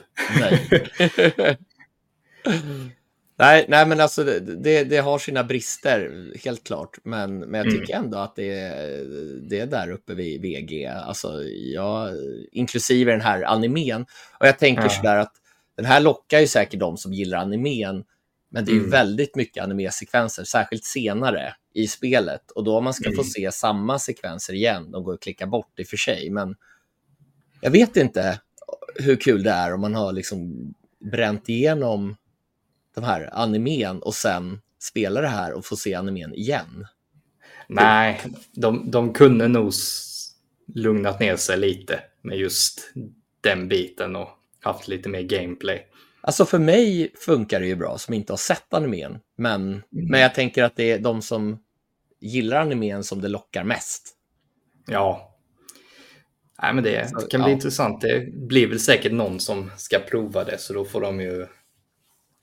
Nej, men alltså det har sina brister, helt klart. Men jag tycker ändå att det är där uppe vid VG. Alltså, inklusive den här animen. Och jag tänker sådär att den här lockar ju säkert de som gillar animen. Men det är ju väldigt mycket anime-sekvenser, särskilt senare i spelet. Och då man ska få se samma sekvenser igen, de går att klicka bort i och för sig. Men jag vet inte hur kul det är om man har liksom bränt igenom de här animen och sen spelar det här och får se animen igen. Nej, de kunde nog lugnat ner sig lite med just den biten och haft lite mer gameplay. Alltså för mig funkar det ju bra som inte har sett animen. Men jag tänker att det är de som gillar animen som det lockar mest. Ja. Nej, men det kan bli intressant. Det blir väl säkert någon som ska prova det, så då får de ju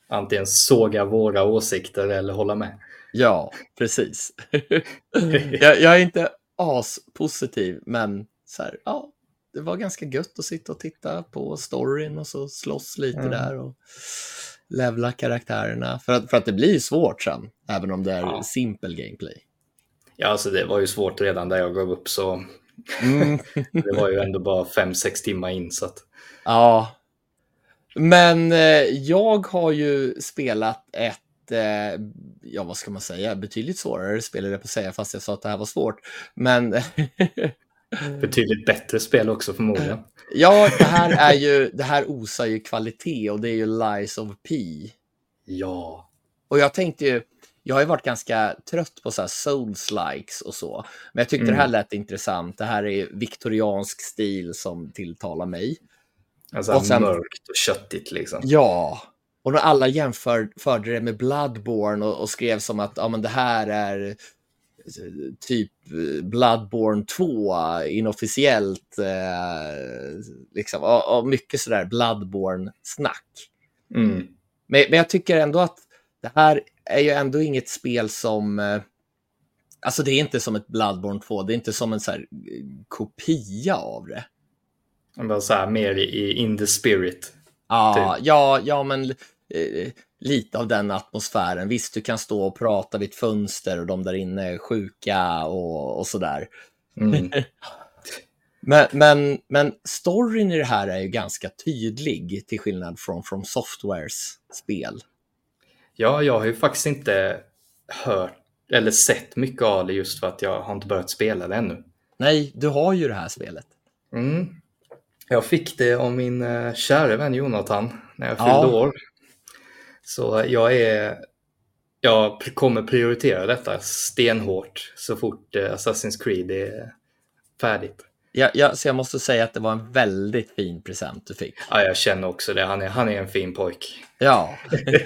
antingen såga våra åsikter eller hålla med. Ja, precis. jag är inte aspositiv, men så här, ja, det var ganska gött att sitta och titta på storyn och så slåss lite där och levla karaktärerna. För att det blir svårt sen, även om det är simpel gameplay. Ja, alltså det var ju svårt redan där jag gav upp, så det var ju ändå bara 5-6 timmar in. Så att... Ja, men jag har ju spelat ett ja, vad ska man säga, betydligt svårare spel det på att säga, fast jag sa att det här var svårt, men betydligt bättre spel också förmodligen. Ja, det här osar ju kvalitet, och det är ju Lies of P. Ja. Och jag tänkte ju, jag har ju varit ganska trött på så här Souls-likes och så, men jag tyckte det här lät intressant. Det här är viktoriansk stil som tilltalar mig. Alltså och sen, mörkt och köttigt liksom. Ja, och när alla jämförde det med Bloodborne och skrev som att ja, men det här är typ Bloodborne 2 inofficiellt liksom, och mycket sådär Bloodborne-snack. Men jag tycker ändå att det här är ju ändå inget spel som alltså det är inte som ett Bloodborne 2, det är inte som en så här kopia av det. Bara så här mer in the spirit. Typ. Ja, men lite av den atmosfären. Visst, du kan stå och prata vid ett fönster och de där inne är sjuka och sådär. men storyn i det här är ju ganska tydlig, till skillnad från From Softwares spel. Ja, jag har ju faktiskt inte hört eller sett mycket av det, just för att jag har inte börjat spela det ännu. Nej, du har ju det här spelet. Jag fick det av min kära vän Jonathan när jag fyllde år. Så jag kommer prioritera detta stenhårt så fort Assassin's Creed är färdigt. Så jag måste säga att det var en väldigt fin present du fick. Ja, jag känner också det. Han är en fin pojk. Ja.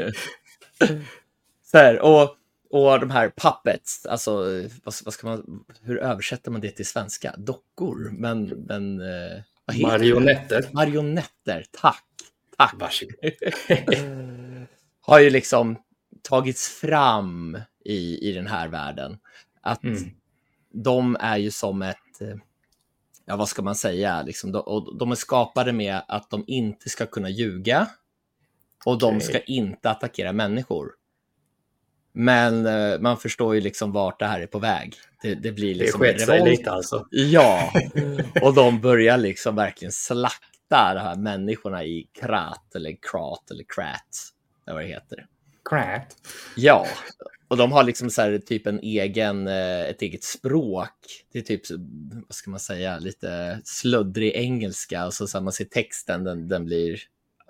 Så här, och de här puppets, alltså vad ska man, hur översätter man det till svenska? Dockor, men vad heter marionetter. Det? Marionetter, tack. Varsågod. Har ju liksom tagits fram i den här världen. Att de är ju som ett, ja vad ska man säga, liksom, de är skapade med att de inte ska kunna ljuga. Och de ska inte attackera människor. Men man förstår ju liksom vart det här är på väg. Det blir liksom det revolt lite alltså. Ja, och de börjar liksom verkligen slakta de här människorna i Krat eller Krat, eller vad det heter. Krat? Ja, och de har liksom så här typ ett eget språk. Det är typ, vad ska man säga, lite sluddrig engelska, och så man ser texten, den blir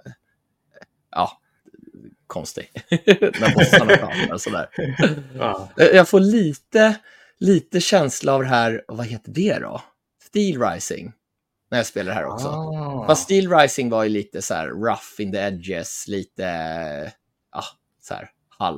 konstig när bossarna pratar och sådär. Jag får lite känsla av det här, vad heter det då? Steel Rising, när jag spelar det här också. Fast Steel Rising var ju lite så här rough in the edges, lite så här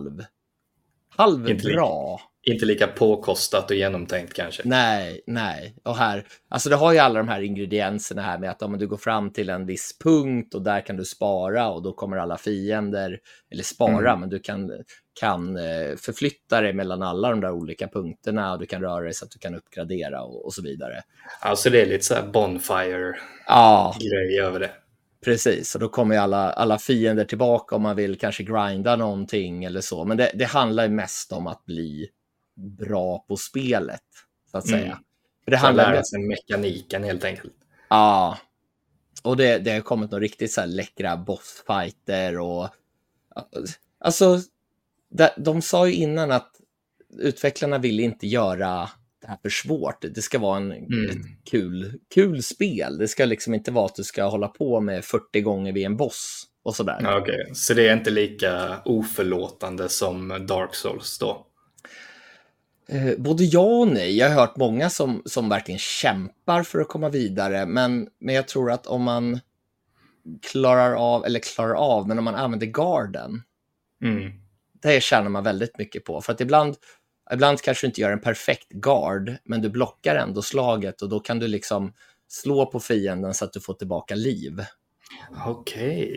halvbra. Inte lika påkostat och genomtänkt kanske. Nej. Och här, alltså det har ju alla de här ingredienserna här med att om du går fram till en viss punkt och där kan du spara, och då kommer alla fiender, eller spara, men du kan förflytta dig mellan alla de där olika punkterna, och du kan röra dig så att du kan uppgradera och så vidare. Alltså det är lite så här bonfire-grej över det. Precis, och då kommer ju alla fiender tillbaka om man vill kanske grinda någonting eller så. Men det handlar ju mest om att bli bra på spelet, så att säga. För det handlar lära sig mekaniken helt enkelt. Ja, och det har kommit några riktigt så här läckra bossfighter. Och alltså, de sa ju innan att utvecklarna ville inte göra det här för svårt. Det ska vara ett kul spel. Det ska liksom inte vara att du ska hålla på med 40 gånger vid en boss och sådär. Okej. Så det är inte lika oförlåtande som Dark Souls då? Både ja och nej. Jag har hört många som verkligen kämpar för att komma vidare, men jag tror att om man klarar av, men om man använder garden, det tjänar man väldigt mycket på. För att ibland kanske du inte gör en perfekt guard, men du blockar ändå slaget, och då kan du liksom slå på fienden så att du får tillbaka liv. Okej.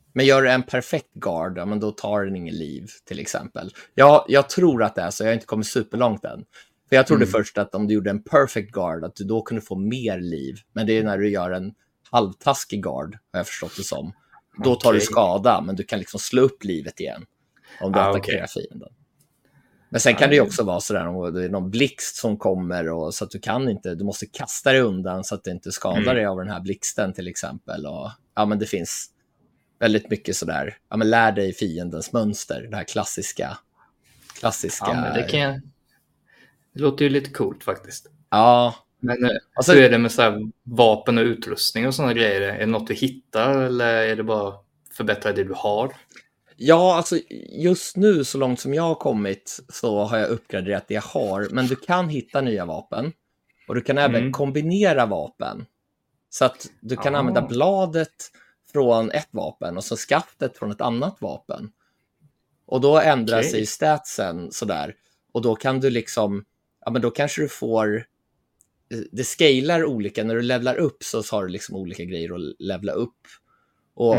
Men gör du en perfekt guard, ja, men då tar den ingen liv till exempel. Jag tror att det är så, jag har inte kommit superlångt än. För jag trodde först att om du gjorde en perfect guard att du då kunde få mer liv. Men det är när du gör en halvtaskig guard, har jag förstått det som. Då tar du skada, men du kan liksom slå upp livet igen om du attackerar fienden. Men sen kan det ju också vara sådär om det är någon blixt som kommer och så att du måste kasta dig undan så att det inte skadar dig av den här blixten till exempel. Och, ja, men det finns väldigt mycket sådär, ja, men lär dig fiendens mönster, det här klassiska. Ja, men det låter ju lite coolt faktiskt. Ja. Men alltså, hur är det med så här vapen och utrustning och sådana grejer? Är det något du hittar eller är det bara förbättra det du har? Ja, alltså just nu så långt som jag har kommit så har jag uppgraderat det jag har. Men du kan hitta nya vapen. Och du kan även kombinera vapen. Så att du kan använda bladet från ett vapen och så skaftet från ett annat vapen. Och då ändrar sig statsen sådär. Och då kan du liksom, ja men då kanske du får, det scalar olika. När du levlar upp så har du liksom olika grejer att levla upp. Och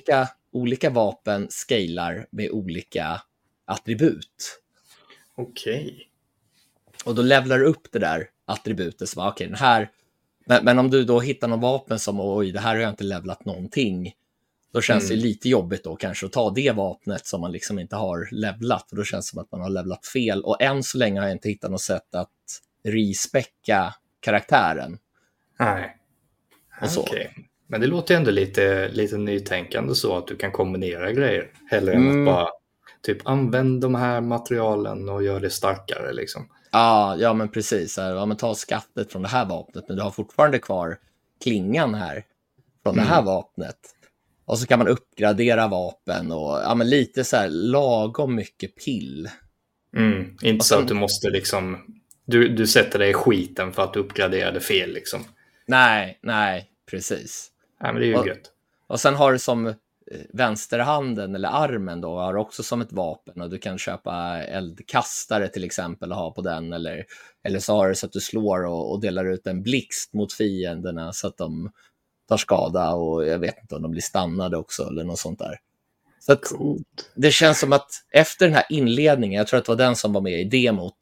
olika vapen scalar med olika attribut. Okej. Och då levlar du upp det där attributet som den här. Men om du då hittar någon vapen som oj, det här har jag inte levlat någonting. Då känns det lite jobbigt då kanske att ta det vapnet som man liksom inte har levlat. För då känns det som att man har levlat fel. Och än så länge har jag inte hittat något sätt att respäcka karaktären. Nej. Okej. Men det låter ändå lite nytänkande så att du kan kombinera grejer. Hellre än att bara typ använda de här materialen och göra det starkare liksom. Ja men precis. Ja, men ta skaftet från det här vapnet, men du har fortfarande kvar klingan här från det här vapnet. Och så kan man uppgradera vapen och ja, men lite så här lagom mycket pill. Inte så att du måste liksom, du sätter dig i skiten för att du uppgraderade fel liksom. Nej, precis. Ja, men det är ju gött. Och sen har du som vänsterhanden eller armen då, har också som ett vapen och du kan köpa eldkastare till exempel och ha på den, eller så har du så att du slår och delar ut en blixt mot fienderna så att de tar skada och jag vet inte om de blir stannade också eller något sånt där. Så att det känns som att efter den här inledningen, jag tror att det var den som var med i demot,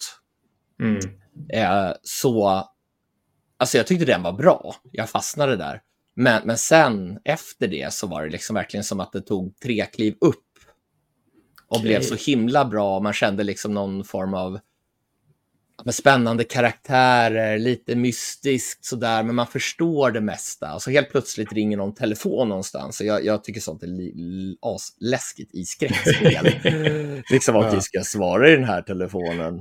så alltså jag tyckte den var bra, jag fastnade där. Men sen efter det så var det liksom verkligen som att det tog 3 kliv upp och blev så himla bra. Man kände liksom någon form av med spännande karaktärer, lite mystiskt sådär, men man förstår det mesta. Och så helt plötsligt ringer någon telefon någonstans. Och jag tycker sånt är läskigt i skräckspel. Liksom att vi ska svara i den här telefonen.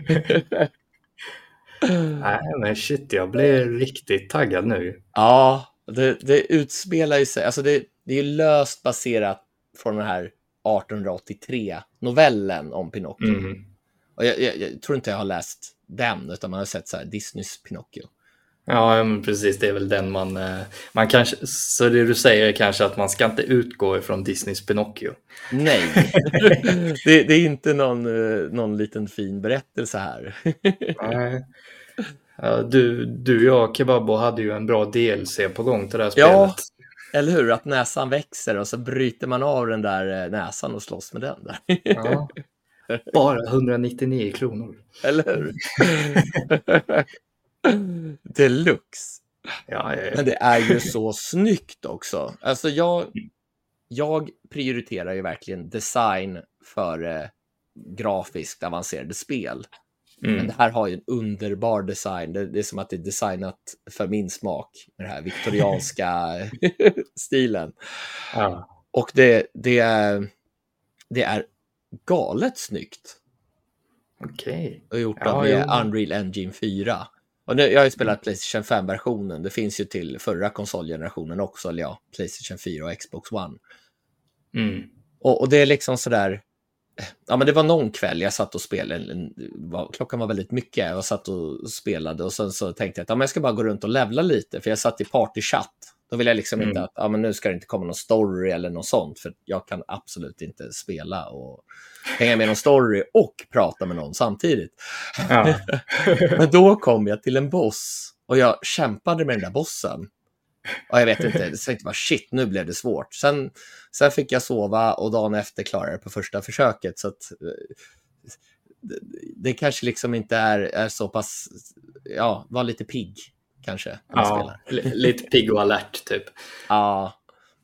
Nej men shit, jag blev riktigt taggad nu. Ja, det utspelar ju sig, alltså det är löst baserat från den här 1883-novellen om Pinocchio. Och jag tror inte jag har läst den, utan man har sett så här Disneys Pinocchio. Ja, men precis, det är väl den man kanske, så det du säger är kanske att man ska inte utgå ifrån Disneys Pinocchio. Nej, det är inte någon liten fin berättelse här. Nej. Ja, du och jag, Kebabo, hade ju en bra DLC på gång till det här spelet. Ja, eller hur? Att näsan växer och så bryter man av den där näsan och slåss med den där. Ja. Bara 199 kronor. Eller hur? Deluxe. Ja. Men det är ju så snyggt också. Alltså jag prioriterar ju verkligen design för grafiskt avancerade spel. Men det här har ju en underbar design. Det är som att det är designat för min smak med den här viktorianska stilen. Ja. Och det är galet snyggt. Okej. Och gjort med Unreal Engine 4. Och nu, jag har ju spelat PlayStation 5-versionen. Det finns ju till förra konsolgenerationen också. Eller ja, PlayStation 4 och Xbox One. Och det är liksom sådär. Ja, men det var någon kväll jag satt och spelade. Klockan var väldigt mycket. Jag satt och spelade och sen så tänkte jag att jag ska bara gå runt och levla lite. För jag satt i partychatt. Då vill jag liksom inte att men nu ska det inte komma någon story eller något sånt. För jag kan absolut inte spela och hänga med någon story och prata med någon samtidigt. Ja. Men då kom jag till en boss och jag kämpade med den där bossen. Och jag vet inte, det tänkte bara shit, nu blev det svårt. Sen fick jag sova och dagen efter klarade jag på första försöket. Så att det kanske liksom inte är så pass, ja, var lite pigg kanske. Ja, lite pigg och alert typ. Ja.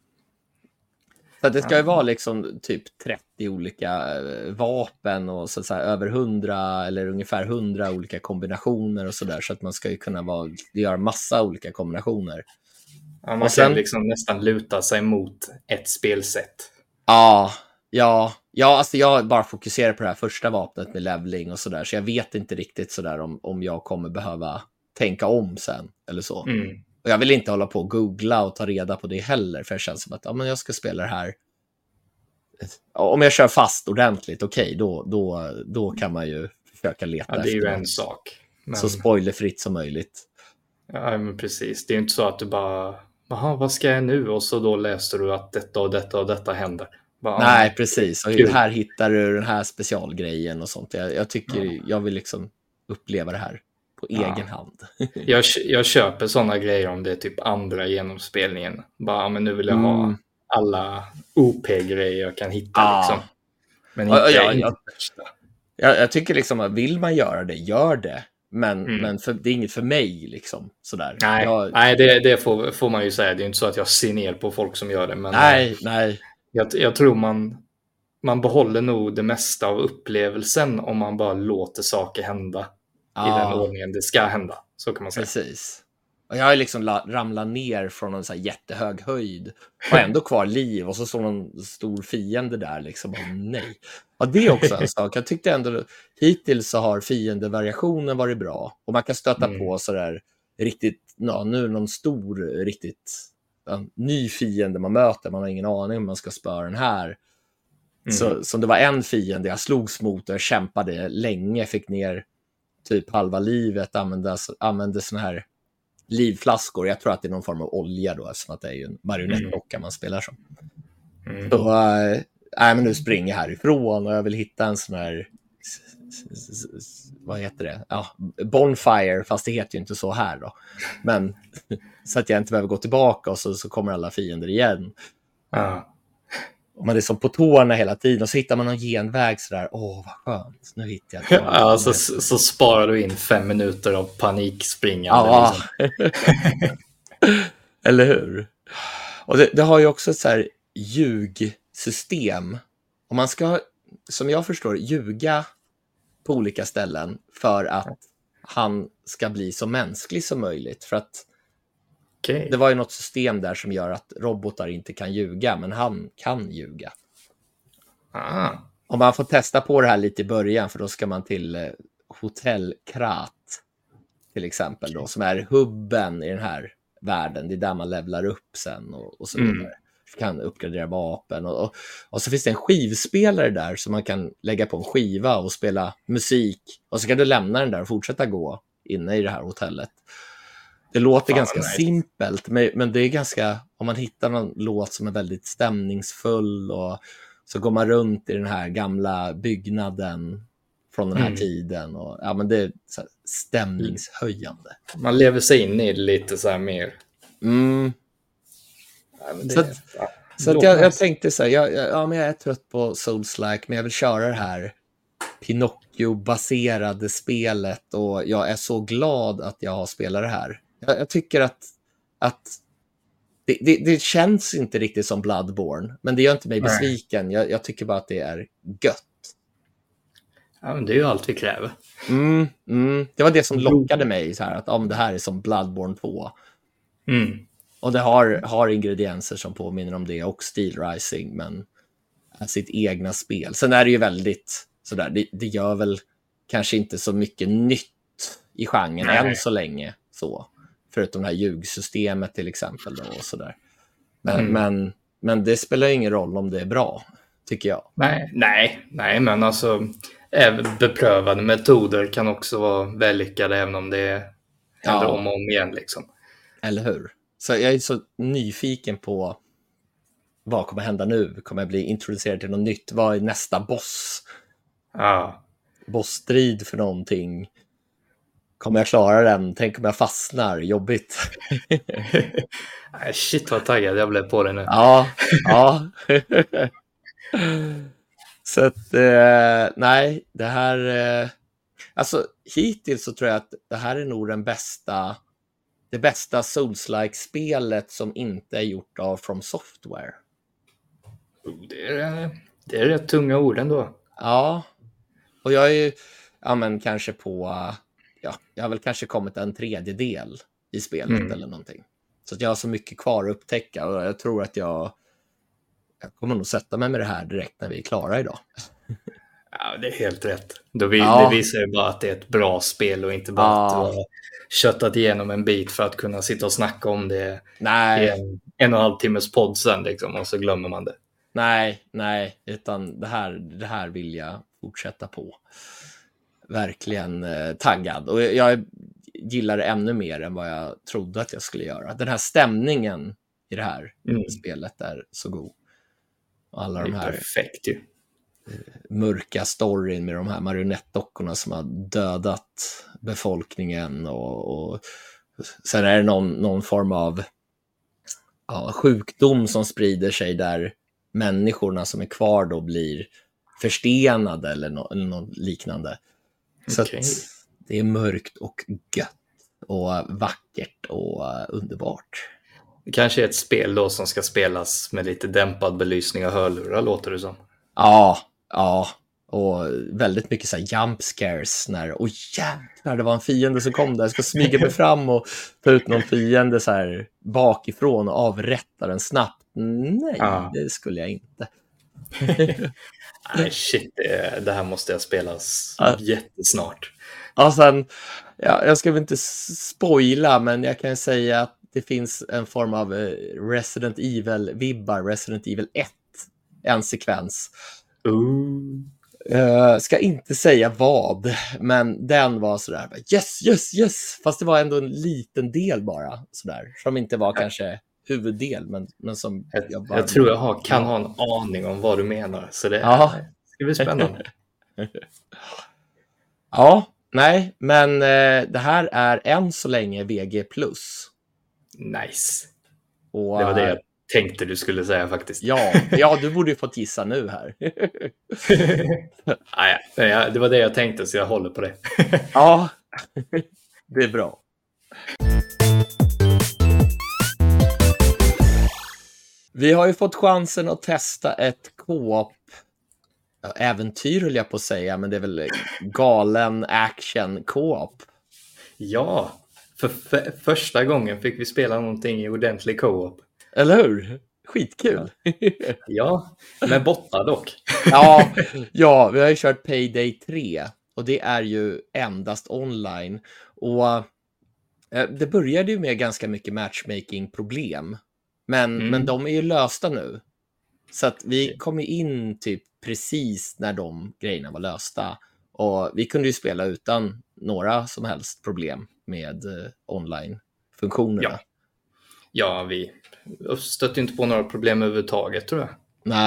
Så det ska ju vara liksom typ 30 olika vapen och så här, över 100 eller ungefär 100 olika kombinationer och sådär. Så att man ska ju kunna göra massa olika kombinationer. Ja, man kan liksom nästan luta sig mot ett spelsätt. Ja, alltså jag bara fokuserar på det här första vapnet med leveling och sådär. Så jag vet inte riktigt sådär om jag kommer behöva tänka om sen eller så. Och jag vill inte hålla på och googla och ta reda på det heller. För det känns som att men jag ska spela det här. Om jag kör fast ordentligt, okej, då kan man ju försöka leta efter. Det är ju en sak. Men... Så spoilerfritt som möjligt. Ja, men precis. Det är inte så att du bara, vad ska jag nu? Och så då läste du att detta och detta och detta händer. Nej, precis. Och här hittar du den här specialgrejen och sånt. Jag tycker jag vill liksom uppleva det här på egen hand. Jag köper sådana grejer om det är typ andra genomspelningen. Bara, men nu vill jag ha alla OP-grejer jag kan hitta liksom. Men inte jag tycker liksom att vill man göra det, gör det. Men det är inget för mig liksom sådär. Nej, det får man ju säga. Det är inte så att jag ser ner på folk som gör det. Men nej. Jag tror man behåller nog det mesta av upplevelsen om man bara låter saker hända i den ordningen det ska hända. Så kan man säga. Precis. Och jag har liksom ramlat ner från en så här jättehög höjd och ändå kvar liv och så står någon stor fiende där liksom. Nej. Ja, det är också en sak. Jag tyckte ändå hittills så har fiendevariationen varit bra och man kan stöta på så där riktigt, nu är någon stor riktigt ny fiende man möter, man har ingen aning om man ska spöra den här. Så som det var en fiende jag slogs mot och jag kämpade länge, fick ner typ halva livet, använde såna här livflaskor. Jag tror att det är någon form av olja då, eftersom att det är ju en marionettdocka man spelar som. Så men nu springer jag härifrån och jag vill hitta en sån här, vad heter det? Ja, bonfire, fast det heter ju inte så här då. Men så att jag inte behöver gå tillbaka och så kommer alla fiender igen. Och man är som på tårna hela tiden och så hittar man någon genväg sådär. Vad skönt, nu hittar jag det. Ja, så sparar du in 5 minuter av panikspringande. Ja, liksom. Eller hur? Och det har ju också ett så här ljugsystem. Om man ska, som jag förstår, ljuga på olika ställen för att han ska bli så mänsklig som möjligt. För att det var ju något system där som gör att robotar inte kan ljuga, men han kan ljuga. Och man får testa på det här lite i början, för då ska man till Hotell Krat till exempel då, som är hubben i den här världen. Det är där man levlar upp sen och så vidare. Kan uppgradera vapen och så finns det en skivspelare där som man kan lägga på en skiva och spela musik och så kan du lämna den där och fortsätta gå inne i det här hotellet. Det låter ganska simpelt, men det är ganska, om man hittar någon låt som är väldigt stämningsfull och så går man runt i den här gamla byggnaden från den här tiden och men det är så här stämningshöjande. Man lever sig in i det lite så här mer. Så att jag tänkte så här, jag är trött på Souls-like, men jag vill köra det här Pinocchio-baserade spelet och jag är så glad att jag har spelat det här. Jag tycker att det känns inte riktigt som Bloodborne, men det gör inte mig besviken. Jag tycker bara att det är gött. Ja, men det är ju allt vi kräver. Det var det som lockade mig så här, att det här är som Bloodborne 2. Och det har ingredienser som påminner om det och Steel Rising, men sitt egna spel. Sen är det ju väldigt sådär, det gör väl kanske inte så mycket nytt i genren än så länge så. Förutom det här ljugsystemet till exempel då och sådär. Men det spelar ingen roll om det är bra, tycker jag. Nej, men alltså även beprövade metoder kan också vara vällyckade även om det händer om och om igen liksom. Eller hur? Så jag är så nyfiken på vad kommer hända nu? Kommer jag bli introducerad till något nytt? Vad är nästa boss? Bossstrid för någonting? Kommer jag klara den? Tänk om jag fastnar? Jobbigt. Shit vad taggad jag blev på det nu. Ja. Så att, nej, det här... alltså, hittills så tror jag att det här är nog det bästa Souls-like-spelet som inte är gjort av From Software. Det är rätt tunga ord ändå. Ja, och jag är ju, kanske jag har väl kanske kommit en tredjedel i spelet eller någonting. Så att jag har så mycket kvar att upptäcka och jag tror att jag kommer nog sätta mig med det här direkt när vi är klara idag. Ja, det är helt rätt. Det visar ju bara att det är ett bra spel och inte bara att du har köttat igenom en bit för att kunna sitta och snacka om det i en och en halv timmes podd sen liksom, och så glömmer man det. Nej, utan det här vill jag fortsätta på. Verkligen taggad. Och jag gillar det ännu mer än vad jag trodde att jag skulle göra. Den här stämningen i det här spelet är så god. Och alla de här perfekt ju. Mörka storyn med de här marionettdockorna som har dödat befolkningen och sen är det någon form av sjukdom som sprider sig där människorna som är kvar då blir förstenade eller något liknande. Så att det är mörkt och gött och vackert och underbart. Det kanske är ett spel då som ska spelas med lite dämpad belysning och hörlurar, låter det som. Ja, och väldigt mycket så här jump scares när, jävlar, det var en fiende som kom där, jag ska smyga mig fram och ta ut någon fiende så här bakifrån och avrätta den snabbt. Nej, det skulle jag inte. Nej, shit, det här måste jag spelas jättesnart. Ja, sen, jag ska väl inte spoila, men jag kan säga att det finns en form av Resident Evil-vibbar, Resident Evil 1, en sekvens. Ska inte säga vad, men den var sådär, yes, fast det var ändå en liten del bara, sådär, som inte var kanske huvuddel, men som jag tror jag kan ha en aning om vad du menar, så det ska bli spännande. Ja, nej, men det här är än så länge VG+. Nice. Och, det var det jag tänkte du skulle säga faktiskt. Ja, du borde ju fått gissa nu här. Det var det jag tänkte, så jag håller på det. Ja, det är bra. Vi har ju fått chansen att testa ett co-op äventyr, höll jag på att säga, men det är väl galen action co-op. Ja, för första gången fick vi spela någonting i ordentlig co-op. Eller hur? Skitkul. Ja, med bottar dock. Ja, vi har ju kört Payday 3 och det är ju endast online. Och det började ju med ganska mycket matchmaking-problem. Men de är ju lösta nu. Så att vi kom in typ precis när de grejerna var lösta. Och vi kunde ju spela utan några som helst problem med online-funktionerna. Ja, vi stötte inte på några problem överhuvudtaget, tror jag.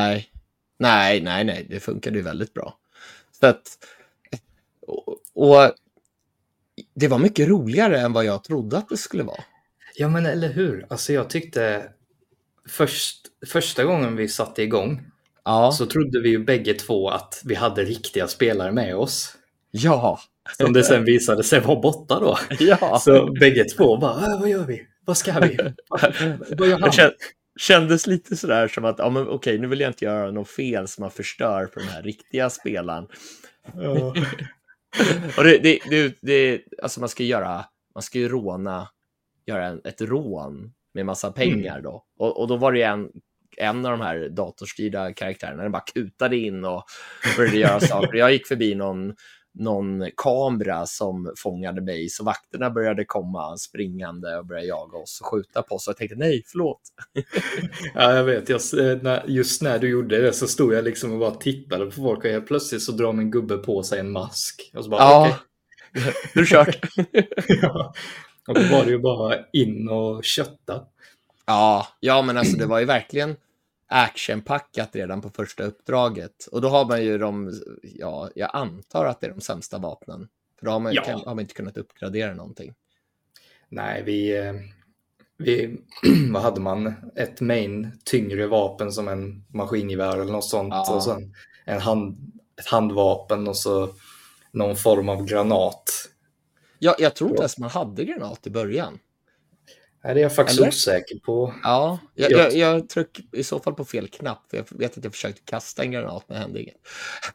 Nej, det funkade ju väldigt bra. Så att, och det var mycket roligare än vad jag trodde att det skulle vara. Ja, men eller hur? Alltså jag tyckte första gången vi satte igång så trodde vi ju bägge två att vi hade riktiga spelare med oss. Ja. Som det sen visade sig vara borta då. Ja. Så bägge två bara, vad gör vi? Vad ska vi? Vad gör han? Kändes lite sådär som att okej, nu vill jag inte göra något fel som man förstör för den här riktiga spelaren. Ja. Och det alltså man ska ju göra ett rån med massa pengar då. Och då var det en av de här datorstyrda karaktärerna, den bara kutade in och började göra saker. Jag gick förbi någon kamera som fångade mig, så vakterna började komma springande och började jaga oss och skjuta på oss, och jag tänkte nej, förlåt. Ja, jag vet, just när du gjorde det så stod jag liksom och bara tittade på folk, och helt plötsligt så drar min gubbe på sig en mask och så bara okej. Du är kört. Ja. Och då var det ju bara in och kötta. Ja, men alltså det var ju verkligen actionpackat redan på första uppdraget. Och då har man ju jag antar att det är de sämsta vapnen För då har man inte kunnat uppgradera någonting. Nej, vi vad hade man? Ett main tyngre vapen som en maskingevär eller något sånt. Ja. Och sen ett handvapen och så någon form av granat. Jag tror inte ens man hade granat i början. Nej, det är jag faktiskt osäker på. Ja, jag tryck i så fall på fel knapp. För jag vet att jag försökte kasta en granat med hände inget.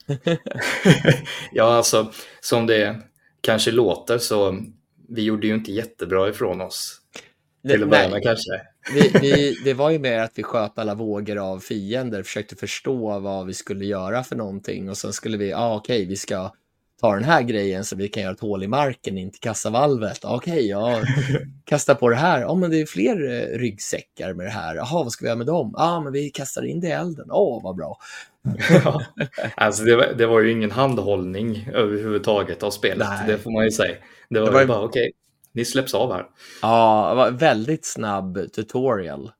Ja, alltså som det kanske låter så vi gjorde ju inte jättebra ifrån oss. Till att börja med kanske. Det var ju mer att vi sköt alla vågor av fiender, försökte förstå vad vi skulle göra för någonting och sen skulle vi, vi ska ta den här grejen så vi kan göra ett hål i marken in till kassavalvet. Kasta på det här. Men det är fler ryggsäckar med det här. Jaha, vad ska vi göra med dem? Men vi kastar in det i elden. Vad bra. Ja, alltså det var ju ingen handhållning överhuvudtaget av spelet. Nej. Det får man ju säga. Det var ju bara okej. Ni släpps av här. Ja, det var en väldigt snabb tutorial.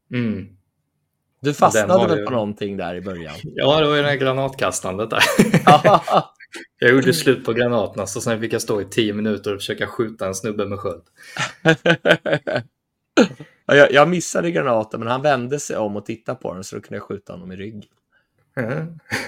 Du fastnade väl på någonting där i början? Ja, det var ju det här granatkastandet där. Jag gjorde slut på granaterna så sen fick jag stå i 10 minuter och försöka skjuta en snubbe med sköld. Jag missade granaten men han vände sig om och tittade på den så då kunde jag skjuta honom i rygg. Nej,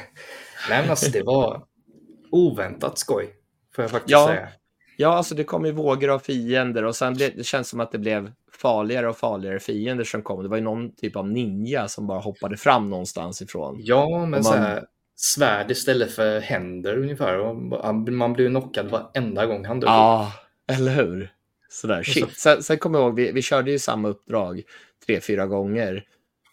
men alltså det var oväntat skoj, får jag faktiskt säga. Ja, alltså det kom ju vågor av fiender och sen det känns som att det blev farligare och farligare fiender som kom. Det var ju någon typ av ninja som bara hoppade fram någonstans ifrån. Ja, men så här svärd istället för händer ungefär. Och man blev knockad varenda gång han dog. Ja, eller hur? Sådär, shit. Sen kommer jag ihåg, vi körde ju samma uppdrag 3-4 gånger.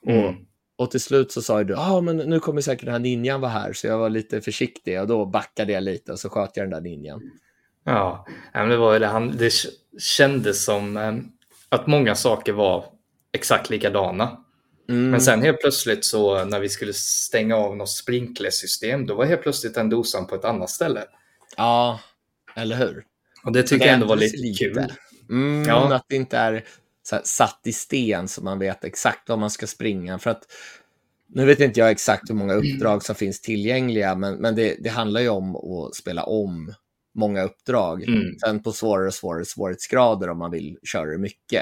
Och till slut så sa du, men nu kommer säkert den här ninjan vara här. Så jag var lite försiktig och då backade jag lite och så sköt jag den där ninjan. Ja, men det var ju det kändes som att många saker var exakt likadana. Men sen helt plötsligt så när vi skulle stänga av något sprinklersystem, då var helt plötsligt den dosan på ett annat ställe. Ja, eller hur? Och det tycker jag ändå var lite kul. Att det inte är så här, satt i sten så man vet exakt var man ska springa. För att nu vet inte jag exakt hur många uppdrag som finns tillgängliga, men det handlar ju om att spela om många uppdrag. Sen på svårare och svårare svårighetsgrader om man vill köra det mycket.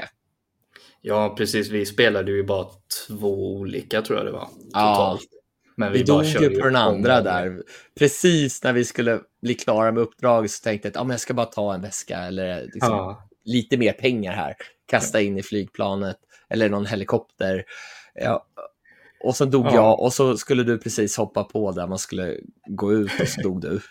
Ja, precis. Vi spelade ju bara 2 olika tror jag det var totalt. Men vi dog ju på den andra där. Precis när vi skulle bli klara med uppdraget så tänkte jag att jag ska bara ta en väska eller liksom, lite mer pengar här. Kasta in i flygplanet eller någon helikopter. Ja. Och så dog jag och så skulle du precis hoppa på där man skulle gå ut och så dog du.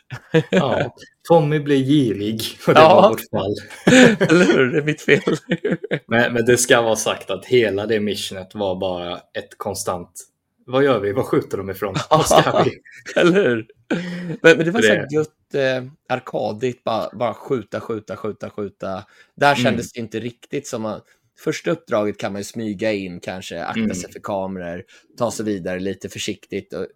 Tommy blev girig och det var vårt fall. Eller hur? Det är mitt fel. men det ska vara sagt att hela det missionet var bara ett konstant. Vad gör vi? Vad skjuter de ifrån? Vad ska vi? Eller hur? Men det var så här gött arkadigt. Bara skjuta. Där kändes det inte riktigt som att första uppdraget kan man ju smyga in, kanske akta sig för kameror, ta sig vidare lite försiktigt. Och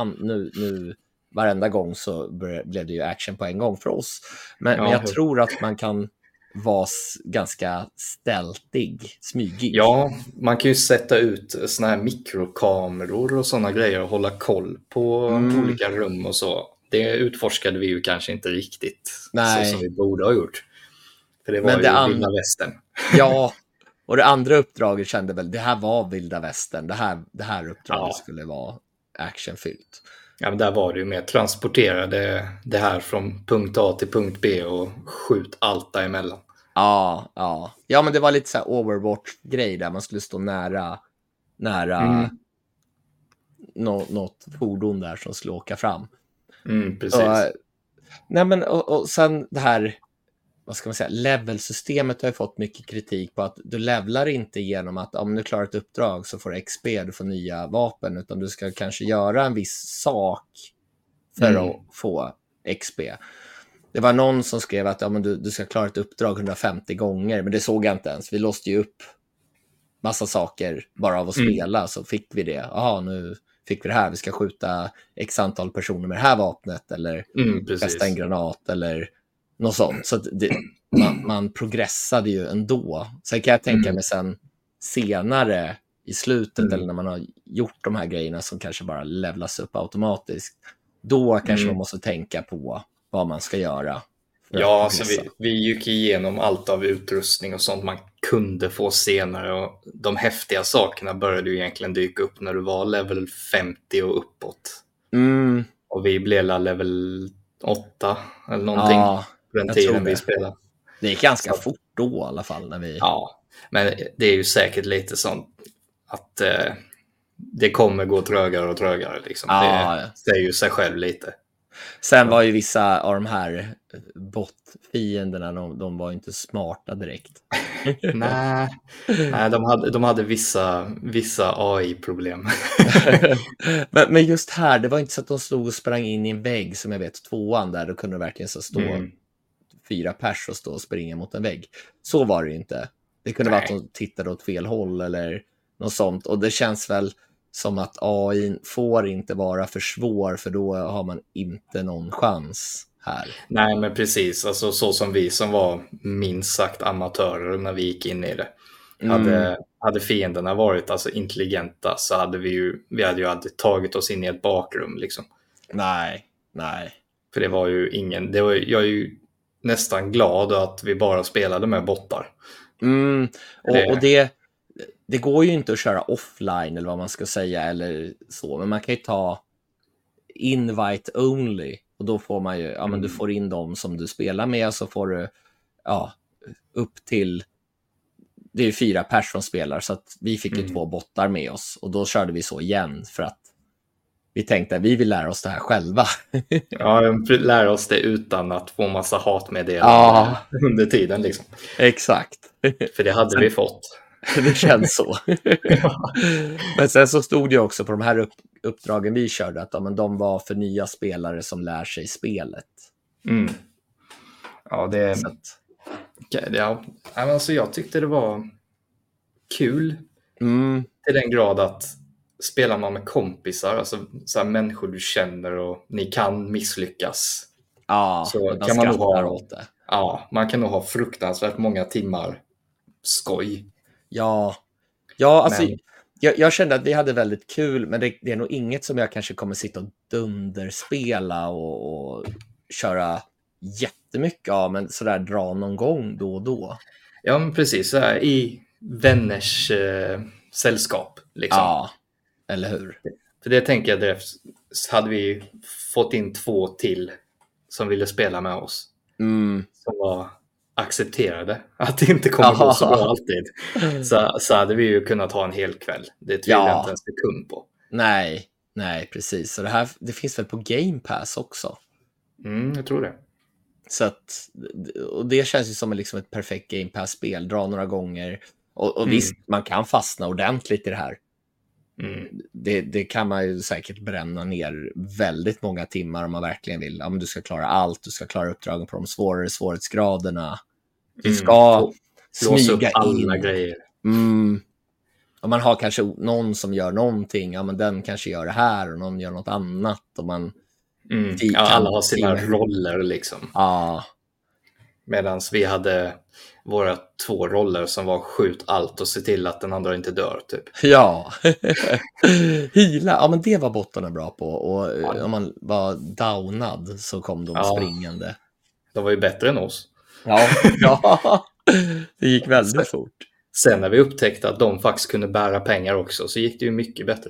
nu varenda gång så blev det ju action på en gång för oss. Men jag tror att man kan vara ganska stealthig, smygig. Ja, man kan ju sätta ut såna här mikrokameror och såna grejer och hålla koll på olika rum och så. Det utforskade vi ju kanske inte riktigt så som vi borde ha gjort. För det var ju vilda västern. Ja, och det andra uppdraget kände väl, det här var vilda västern. Det här uppdraget skulle vara actionfyllt. Ja, men där var det ju mer transportera det här från punkt A till punkt B och skjut allt däremellan. Ja, men det var lite så här Overwatch-grej där man skulle stå nära något fordon där som skulle åka fram. Precis. Och sen det här, vad ska man säga, levelsystemet har ju fått mycket kritik på att du levlar inte genom att om du klarar ett uppdrag så får du XP, du får nya vapen, utan du ska kanske göra en viss sak för att få XP. Det var någon som skrev att du ska klara ett uppdrag 150 gånger, men det såg jag inte ens. Vi låste ju upp massa saker bara av att spela, så fick vi det. Nu fick vi det här, vi ska skjuta x antal personer med det här vapnet eller kasta en granat eller något sånt. Så man progressade ju ändå. Sen kan jag tänka mig sen senare i slutet eller när man har gjort de här grejerna som kanske bara levlas upp automatiskt. Då kanske man måste tänka på vad man ska göra Ja, så vi gick igenom allt av utrustning och sånt man kunde få senare, och de häftiga sakerna började ju egentligen dyka upp när du var level 50 och uppåt. Och vi blev level 8 eller någonting på den tiden vi spelade. Det gick ganska fort då i alla fall. När vi... Ja, men det är ju säkert lite sånt att det kommer gå trögare och trögare. Liksom. Det säger ju sig själv lite. Sen var ju vissa av de här botfienderna, de var inte smarta direkt. Nej, de hade vissa AI-problem. men just här, det var inte så att de stod och sprang in i en vägg som jag vet 2:an där. Då kunde det verkligen så stå 4 pers och stå och springa mot en vägg. Så var det ju inte. Det kunde vara att de tittade åt fel håll eller något sånt. Och det känns väl som att AI får inte vara för svår, för då har man inte någon chans här. Nej, men precis. Alltså, så som vi som var minst sagt amatörer när vi gick in i det. Hade fienderna varit alltså intelligenta så hade vi hade ju aldrig tagit oss in i ett bakrum liksom. Nej. För det var ju jag är ju nästan glad att vi bara spelade med bottar. Och det går ju inte att köra offline eller vad man ska säga eller så, men man kan ju ta invite only och då får man ju, men du får in dem som du spelar med, och så får du upp till, det är ju 4 personer som spelar, så att vi fick ju 2 bottar med oss, och då körde vi så igen för att vi tänkte att vi vill lära oss det här själva. Ja, lära oss det utan att få massa hatmeddelanden under tiden liksom. Exakt. För det hade vi fått. Det känns så. Men sen så stod det också på de här uppdragen vi körde att men de var för nya spelare som lär sig spelet. Ja, det... alltså jag tyckte det var kul till den grad att spelar man med kompisar, alltså så här människor du känner och ni kan misslyckas. Så kan man nog ha det. Ja, man kan nog ha fruktansvärt många timmar skoj. Ja, alltså jag kände att vi hade väldigt kul, men det är nog inget som jag kanske kommer sitta och dunderspela och köra jättemycket av, men sådär dra någon gång då och då. Ja, men precis, så här, i vänners sällskap liksom. Ja, eller hur? För det tänker jag direkt, hade vi fått in 2 till som ville spela med oss. Som var accepterade att det inte kommer gå så bra alltid. Så hade vi ju kunnat ha en hel kväll. Det tvivlar jag inte en sekund på. Nej, precis. Så det finns väl på Game Pass också? Jag tror det. Så att, och det känns ju som liksom ett perfekt Game Pass-spel. Dra några gånger. Och visst, man kan fastna ordentligt i det här. Det kan man ju säkert bränna ner väldigt många timmar om man verkligen vill. Ja, men du ska klara allt, du ska klara uppdragen på de svårare svårighetsgraderna. Du ska smyga upp alla grejer. Och man har kanske någon som gör någonting. Ja, men den kanske gör det här och någon gör något annat. Och man alla har sina roller liksom. Ja. Medan vi hade våra 2 roller som var skjut allt och se till att den andra inte dör typ. Ja. Hila, ja men det var bottarna bra på. Och om man var downad så kom de springande. De var ju bättre än oss. Ja. Det gick väldigt fort. Sen när vi upptäckte att de faktiskt kunde bära pengar också så gick det ju mycket bättre.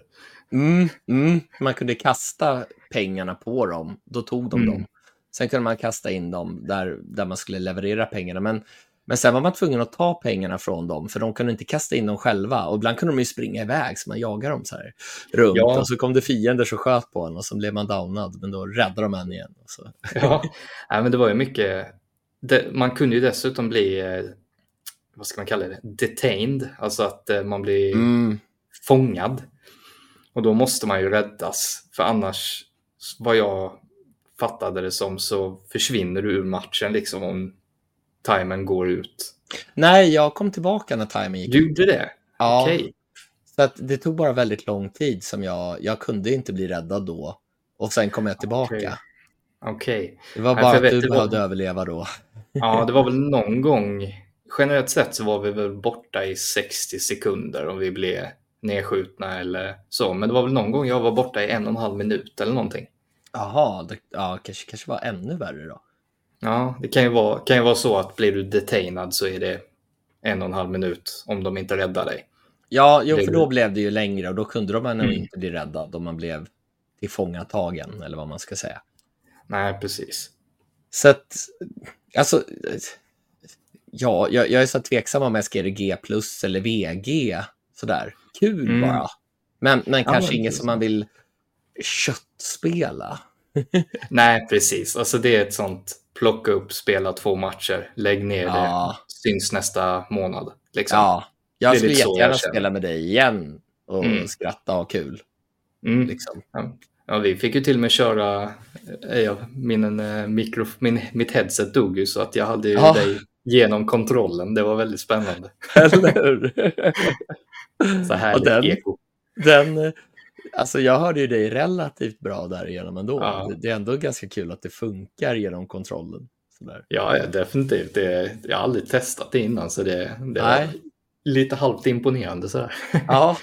Man kunde kasta pengarna på dem, då tog de dem. Sen kunde man kasta in dem där man skulle leverera pengarna. Men sen var man tvungen att ta pengarna från dem, för de kunde inte kasta in dem själva. Och ibland kunde de ju springa iväg, så man jagar dem så här runt. Ja. Och så kom det fiender som sköt på en och så blev man downad. Men då räddade de en igen. Och så. Ja, men det var ju mycket... Man kunde ju dessutom bli... vad ska man kalla det? Detained. Alltså att man blir fångad. Och då måste man ju räddas. För annars, vad jag fattade det som, så försvinner du ur matchen liksom om timern går ut. Nej, jag kom tillbaka när timern gick. Du gjorde det? Ja. Okej. Så att det tog bara väldigt lång tid som jag kunde inte bli räddad då. Och sen kom jag tillbaka. Okej. Det var bara att du behövde överleva då. Ja, det var väl någon gång. Generellt sett så var vi väl borta i 60 sekunder om vi blev nedskjutna eller så. Men det var väl någon gång jag var borta i 1,5 minut eller någonting. Jaha, kanske var ännu värre då. Ja, det kan ju vara så att blir du detainad så är det 1,5 minut om de inte räddar dig. Ja, jo, för då blev det ju längre och då kunde de nog inte bli räddad om man blev tillfångatagen, eller vad man ska säga. Nej, precis. Så att, alltså, ja, jag är så tveksam om jag ska göra G plus eller VG, sådär. Kul bara. Men kanske inget som man vill köttspela. Nej, precis. Alltså det är ett sånt plocka upp, spela 2 matcher, lägg ner det, syns nästa månad. Liksom. Ja, jag skulle jättegärna spela med dig igen och skratta och ha kul. Liksom. Ja, vi fick ju till och med köra, mitt headset dog ju så att jag hade ju dig genom kontrollen. Det var väldigt spännande. Eller hur? Så härligt eko. Alltså jag hörde ju dig relativt bra därigenom ändå. Ja. Det är ändå ganska kul att det funkar genom kontrollen. Sådär. Ja, definitivt. Jag har aldrig testat det innan så det var lite halvt imponerande sådär. Ja.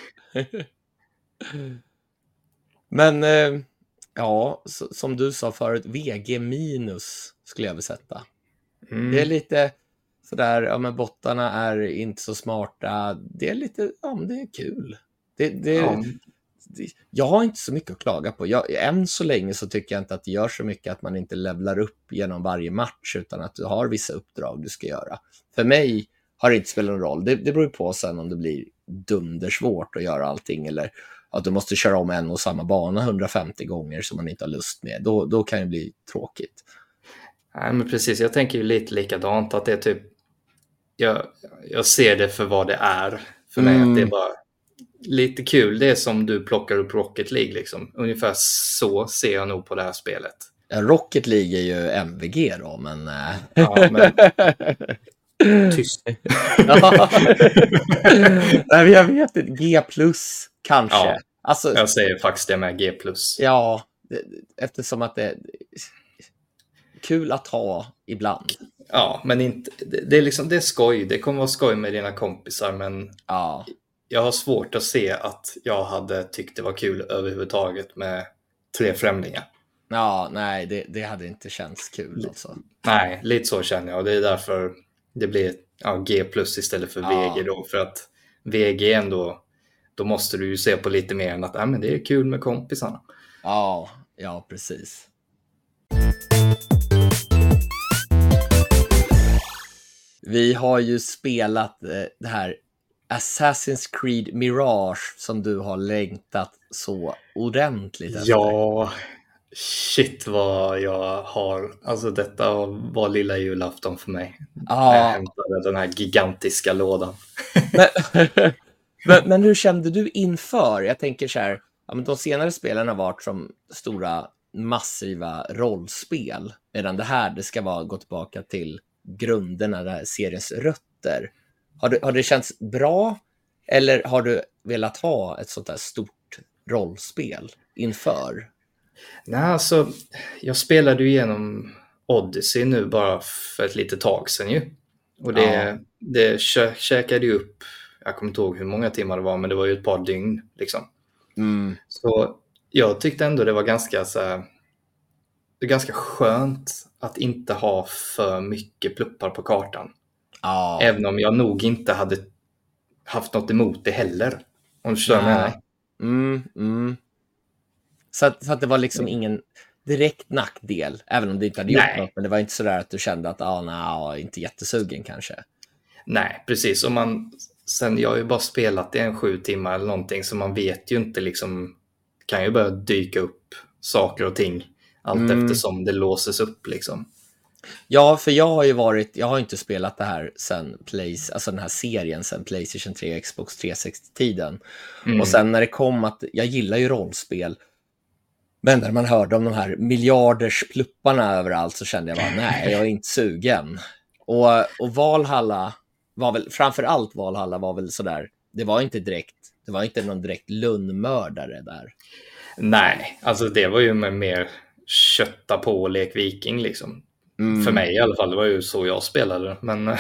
Men ja, som du sa förut, VG minus skulle jag väl sätta. Det är lite sådär, ja men bottarna är inte så smarta. Det är lite, ja men det är kul. Jag har inte så mycket att klaga på. Än så länge så tycker jag inte att det gör så mycket att man inte levlar upp genom varje match utan att du har vissa uppdrag du ska göra. För mig har det inte spelat någon roll. Det beror ju på sen om det blir dundersvårt att göra allting eller att du måste köra om en och samma bana 150 gånger som man inte har lust med. Då kan det bli tråkigt. Nej, men precis. Jag tänker ju lite likadant att det är typ jag ser det för vad det är. För mig att det är bara lite kul. Det är som du plockar upp Rocket League liksom. Ungefär så ser jag nog på det här spelet. Rocket League är ju MVG då, men... Ja, men... Tyst. Nej, jag vet inte. G+, kanske. Ja, alltså, jag säger faktiskt det med G+. Ja, eftersom att det är kul att ha ibland. Ja, men inte, det är liksom, det är skoj. Det kommer vara skoj med dina kompisar, men jag har svårt att se att jag hade tyckt det var kul överhuvudtaget med 3 främlingar. Ja, nej, det hade inte känts kul alltså. Nej, lite så känner jag och det är därför det blir G+ istället för VG då, för att VG ändå, då måste du ju se på lite mer än att men det är kul med kompisarna. Ja, precis. Vi har ju spelat det här Assassin's Creed Mirage som du har längtat så ordentligt efter. Ja, shit vad jag har. Alltså detta var lilla julafton för mig. Jag hämtade den här gigantiska lådan. Men hur kände du inför? Jag tänker så här, men de senare spelen har varit som stora massiva rollspel. Medan det ska gå tillbaka till grunderna, där seriens rötter. Har det känts bra eller har du velat ha ett sånt där stort rollspel inför? Nej, alltså jag spelade ju igenom Odyssey nu bara för ett litet tag sedan ju. Och det käkade ju upp, jag kommer inte ihåg hur många timmar det var, men det var ju ett par dygn liksom. Så jag tyckte ändå det var ganska skönt att inte ha för mycket pluppar på kartan. Även om jag nog inte hade haft något emot det heller. Om du förstår vad jag menar. Så att det var liksom ingen direkt nackdel, även om det inte hade gjort något, men det var inte sådär att du kände att inte jättesugen kanske. Nej, precis. Och jag har ju bara spelat i 7 timmar eller någonting, så man vet ju inte liksom, kan ju börja dyka upp saker och ting allt eftersom det låses upp liksom. Ja, för jag har inte spelat det här sen alltså den här serien sen PlayStation 3 och Xbox 360-tiden. Och sen när det kom att jag gillar ju rollspel, men när man hörde om de här miljarders plupparna överallt så kände jag bara, nej, jag är inte sugen. Och Valhalla var väl, framförallt Valhalla var väl sådär, det var inte någon direkt lönnmördare där. Nej, alltså det var ju mer kötta på och lek viking liksom. För mig i alla fall, det var ju så jag spelade. Men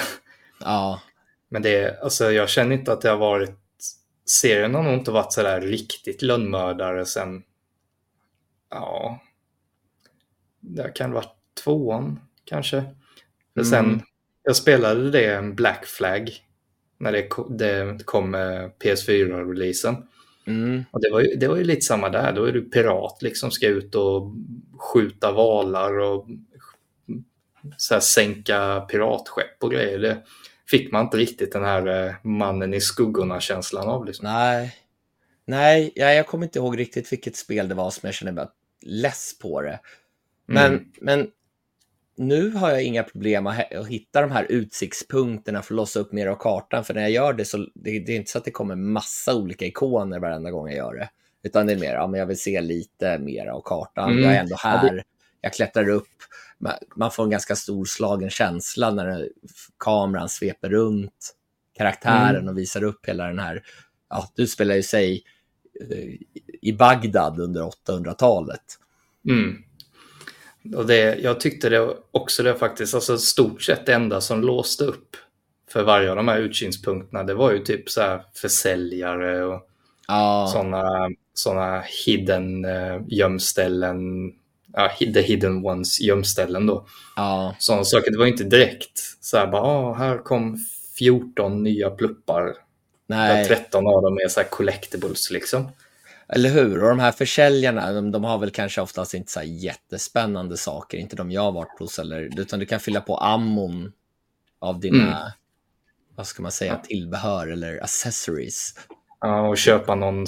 alltså jag känner inte att det har varit, serien har nog inte varit sådär riktigt lönnmördare sen, det kan vara 2:an kanske. Men sen, jag spelade det en Black Flag när det kom PS4-releasen. Och det var ju lite samma där. Då är du pirat, liksom ska ut och skjuta valar och så här, sänka piratskepp och grejer. Det fick man inte riktigt den här mannen i skuggorna-känslan av. Liksom. Nej, jag kommer inte ihåg riktigt vilket spel det var som jag kände bara less på det. Men nu har jag inga problem att hitta de här utsiktspunkterna för att låsa upp mer av kartan. För när jag gör det så det är inte så att det kommer massa olika ikoner varenda gång jag gör det. Utan det är mer, men jag vill se lite mer av kartan. Jag är ändå här, jag klättrar upp. Man får en ganska storslagen känsla när kameran sveper runt karaktären och visar upp hela den här. Ja, du spelar ju sig i Bagdad under 800-talet. Och jag tyckte det också det faktiskt, alltså stort sett det enda som låste upp för varje av de här utkikspunkterna, det var ju typ så här försäljare och såna hidden gömställen, the hidden ones gömställen då. Sådana saker, det var inte direkt så här bara, här kom 14 nya pluppar. Nej. 13 av dem är så här collectibles liksom. Eller hur? Och de här försäljarna, de har väl kanske oftast inte så här jättespännande saker, inte de jag har varit hos, utan du kan fylla på ammon av dina, vad ska man säga, tillbehör eller accessories. Ja, och köpa någon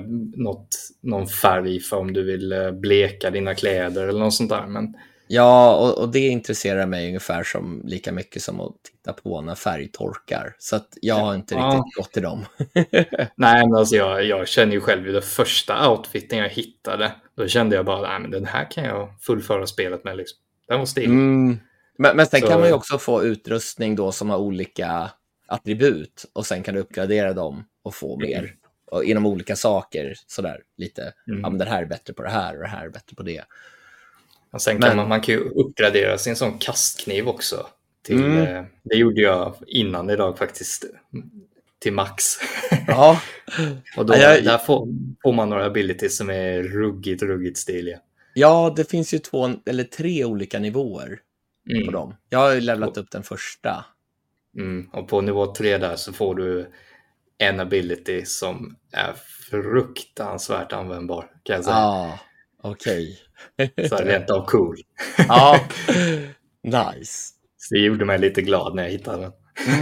färg för om du vill bleka dina kläder eller något sånt där. Men... Ja, och det intresserar mig ungefär som lika mycket som att titta på när färg torkar. Så att jag har inte riktigt gått till dem. Nej, men alltså jag känner ju själv det första outfiten jag hittade. Då kände jag bara, nej men den här kan jag fullföra spelet med liksom. Den var stilig. Men sen kan man ju också få utrustning då som har olika attribut. Och sen kan du uppgradera dem och få mer. Och inom olika saker sådär lite. Ja, men den här är bättre på det här och det här är bättre på det. Och sen kan man kan ju uppgradera sin sån kastkniv också. Det gjorde jag innan idag faktiskt. Till max. Ja. Och då, där får man några abilities som är ruggigt stiliga. Ja, det finns ju 2 eller 3 olika nivåer på dem. Jag har ju levlat upp den första. Och på nivå 3 där så får du en ability som är fruktansvärt användbar, kan jag säga. Okej. Så rent av cool. Ja, nice. Så det gjorde mig lite glad när jag hittade den.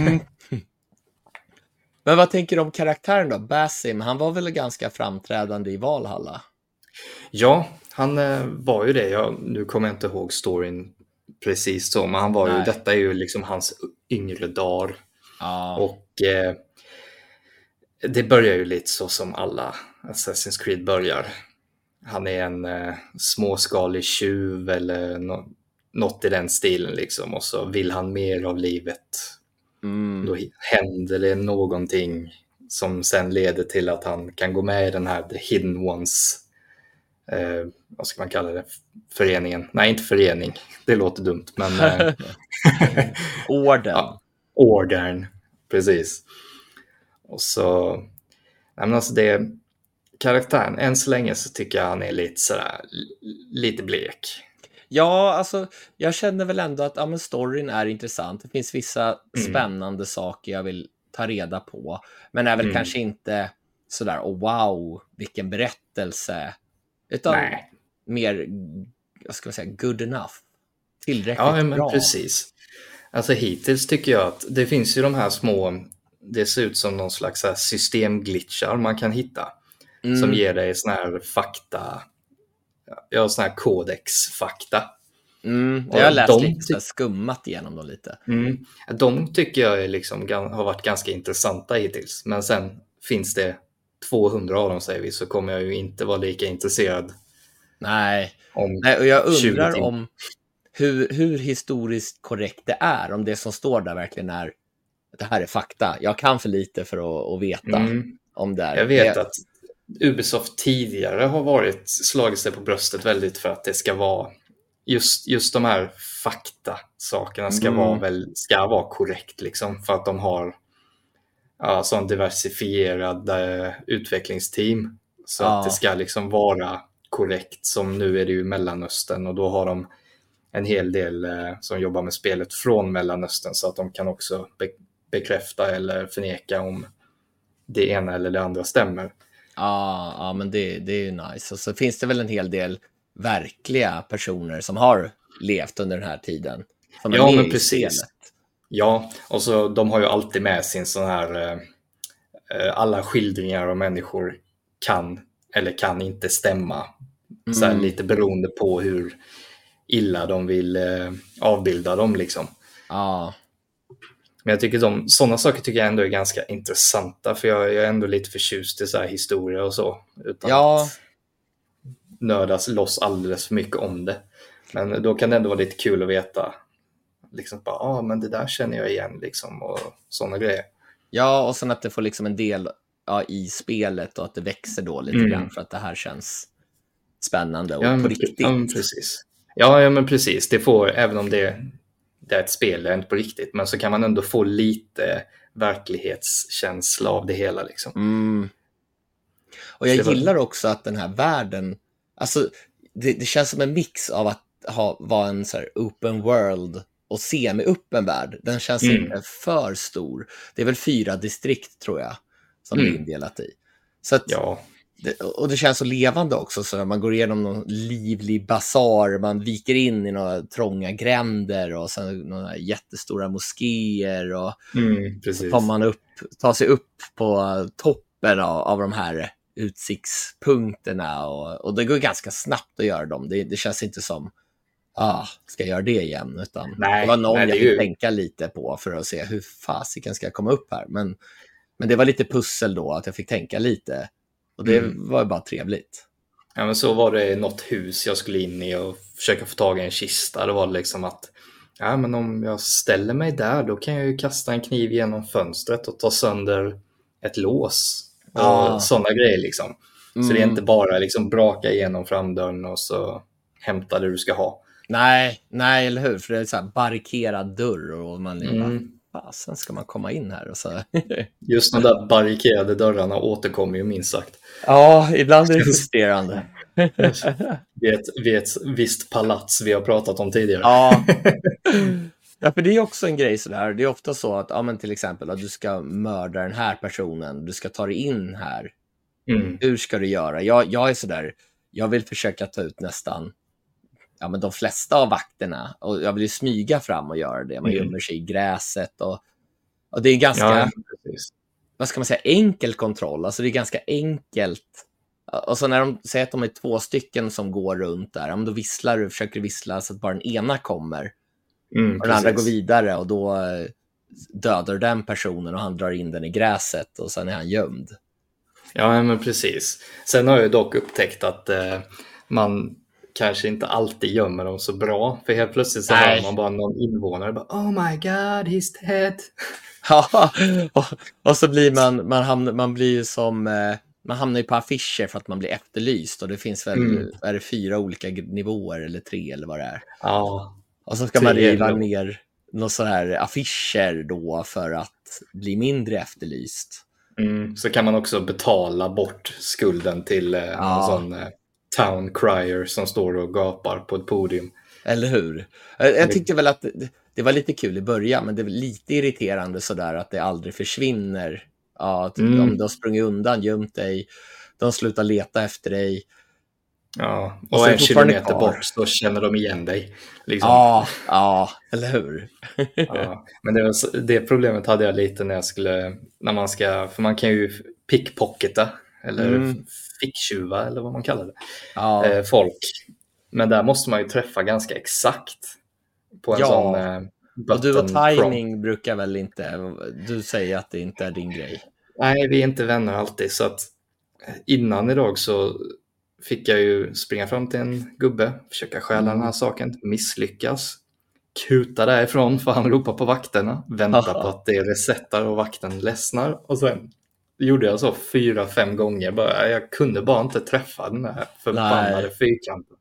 Men vad tänker du om karaktären då? Basim, han var väl ganska framträdande i Valhalla? Ja, han var ju det. Nu kommer jag inte ihåg storyn precis så, men han var ju, detta är ju liksom hans yngre dagar. Och det börjar ju lite så som alla Assassin's Creed börjar. Han är en småskalig tjuv eller något i den stilen liksom. Och så vill han mer av livet. Då händer det någonting som sen leder till att han kan gå med i den här The Hidden Ones. Vad ska man kalla det? Föreningen. Nej, inte förening. Det låter dumt, men... Orden. Ja, orden, precis. Och så... Nej, men alltså det... Karaktären, än så länge så tycker jag han är lite sådär, lite blek. Ja, alltså jag känner väl ändå att men storyn är intressant. Det finns vissa spännande saker jag vill ta reda på. Men är väl kanske inte sådär, wow, vilken berättelse. Utan mer, vad ska man säga, good enough. Tillräckligt bra. Ja, men precis. Alltså hittills tycker jag att det finns ju de här små, det ser ut som någon slags här systemglitchar man kan hitta. Som ger dig sån här fakta. Ja, sån här kodexfakta. Jag har läst lite, skummat igenom dem lite. De tycker jag är liksom, har varit ganska intressanta hittills. Men sen finns det 200 av dem, säger vi, så kommer jag ju inte vara lika intresserad. Nej, och jag undrar om hur historiskt korrekt det är. Om det som står där verkligen är det här är fakta. Jag kan för lite för att veta om det är. Jag vet att Ubisoft tidigare har slagit sig på bröstet väldigt för att det ska vara just de här fakta-sakerna ska vara korrekt liksom, för att de har sån diversifierad utvecklingsteam så att det ska liksom vara korrekt. Som nu är det ju Mellanöstern och då har de en hel del som jobbar med spelet från Mellanöstern, så att de kan också bekräfta eller förneka om det ena eller det andra stämmer. Ja, men det är ju nice. Och så finns det väl en hel del verkliga personer som har levt under den här tiden. Som är med men i precis. spelet. Ja, och så de har ju alltid med sin sån här alla skildringar av människor kan eller kan inte stämma. Så här, lite beroende på hur illa de vill avbilda dem liksom. Ja. Men jag tycker sådana saker tycker jag ändå är ganska intressanta, för jag är ändå lite förtjust i så här historia och så, utan att nördas loss alldeles för mycket om det. Men då kan det ändå vara lite kul att veta liksom bara, men det där känner jag igen liksom, och sådana grejer. Ja, och sen att det får liksom en del i spelet och att det växer då lite grann för att det här känns spännande och på riktigt. Ja, men precis. Ja, men precis. Det får, även om det är ett spel, det är inte på riktigt, men så kan man ändå få lite verklighetskänsla av det hela liksom. Och jag gillar också att den här världen, alltså det känns som en mix av att vara en så här open world och semi-öppen värld. Den känns inte för stor. Det är väl 4 distrikt tror jag som det är indelat i. Så att, och det känns så levande också, så man går igenom någon livlig basar, man viker in i några trånga gränder och sen några jättestora moskéer och så får man ta sig upp på toppen av de här utsiktspunkterna och det går ganska snabbt att göra dem. Det känns inte som ska jag göra det igen, utan det var någon jag fick tänka lite på för att se hur fasiken ska jag komma upp här, men det var lite pussel då att jag fick tänka lite. Och det var bara trevligt. Ja, men så var det något hus jag skulle in i och försöka få tag i en kista. Det var liksom att, men om jag ställer mig där, då kan jag ju kasta en kniv genom fönstret och ta sönder ett lås. Och sådana grejer liksom. Så det är inte bara liksom braka igenom framdörren och så hämta det du ska ha. Nej, eller hur? För det är så här barrikerad dörr och man sen ska man komma in här och så. Just de där barrikerade dörrarna återkommer ju minst sagt. Ja, ibland är det frustrerande. vid ett visst palats vi har pratat om tidigare. Ja, för det är också en grej sådär. Det är ofta så att, men till exempel att du ska mörda den här personen, du ska ta dig in här. Hur ska du göra? Jag är sådär, jag vill försöka ta ut nästan men de flesta av vakterna, och jag vill ju smyga fram och göra det. Man gömmer sig i gräset och det är ganska vad ska man säga, enkel kontroll. Alltså det är ganska enkelt. Och så när de säger att de är 2 stycken som går runt där, då försöker vissla så att bara den ena kommer och den andra går vidare, och då dödar den personen och han drar in den i gräset och sen är han gömd. Ja, men precis. Sen har jag dock upptäckt att man kanske inte alltid gömmer dem så bra, för helt plötsligt så hör man bara någon invånare bara, oh my god, he's dead. och så blir man blir ju som man hamnar ju på affischer för att man blir efterlyst, och det finns väl är det 4 olika nivåer eller 3 eller vad det är. Och så ska man riva ner några så här affischer då för att bli mindre efterlyst. Så kan man också betala bort skulden till en sån town crier som står och gapar på ett podium. Eller hur? Jag tyckte väl att det var lite kul i början, men det var lite irriterande sådär att det aldrig försvinner. Ja, de har sprungit undan, gömt dig, de slutar leta efter dig. Ja, och en kilometer bort så känner de igen dig. Liksom. Ja, eller hur? Men det problemet hade jag lite för man kan ju pickpocketa eller ficktjuva eller vad man kallar det. Folk. Men där måste man ju träffa ganska exakt på en sån och du och timing brukar väl inte, du säger att det inte är din grej. Nej, vi är inte vänner alltid, så att innan idag så fick jag ju springa fram till en gubbe, försöka stjäla den här saken, misslyckas, kuta därifrån för han ropar på vakterna, vänta på att det resetar och vakten ledsnar, och sen gjorde jag så 4-5 gånger bara. Jag kunde bara inte träffa den här förbannade fyrkanten.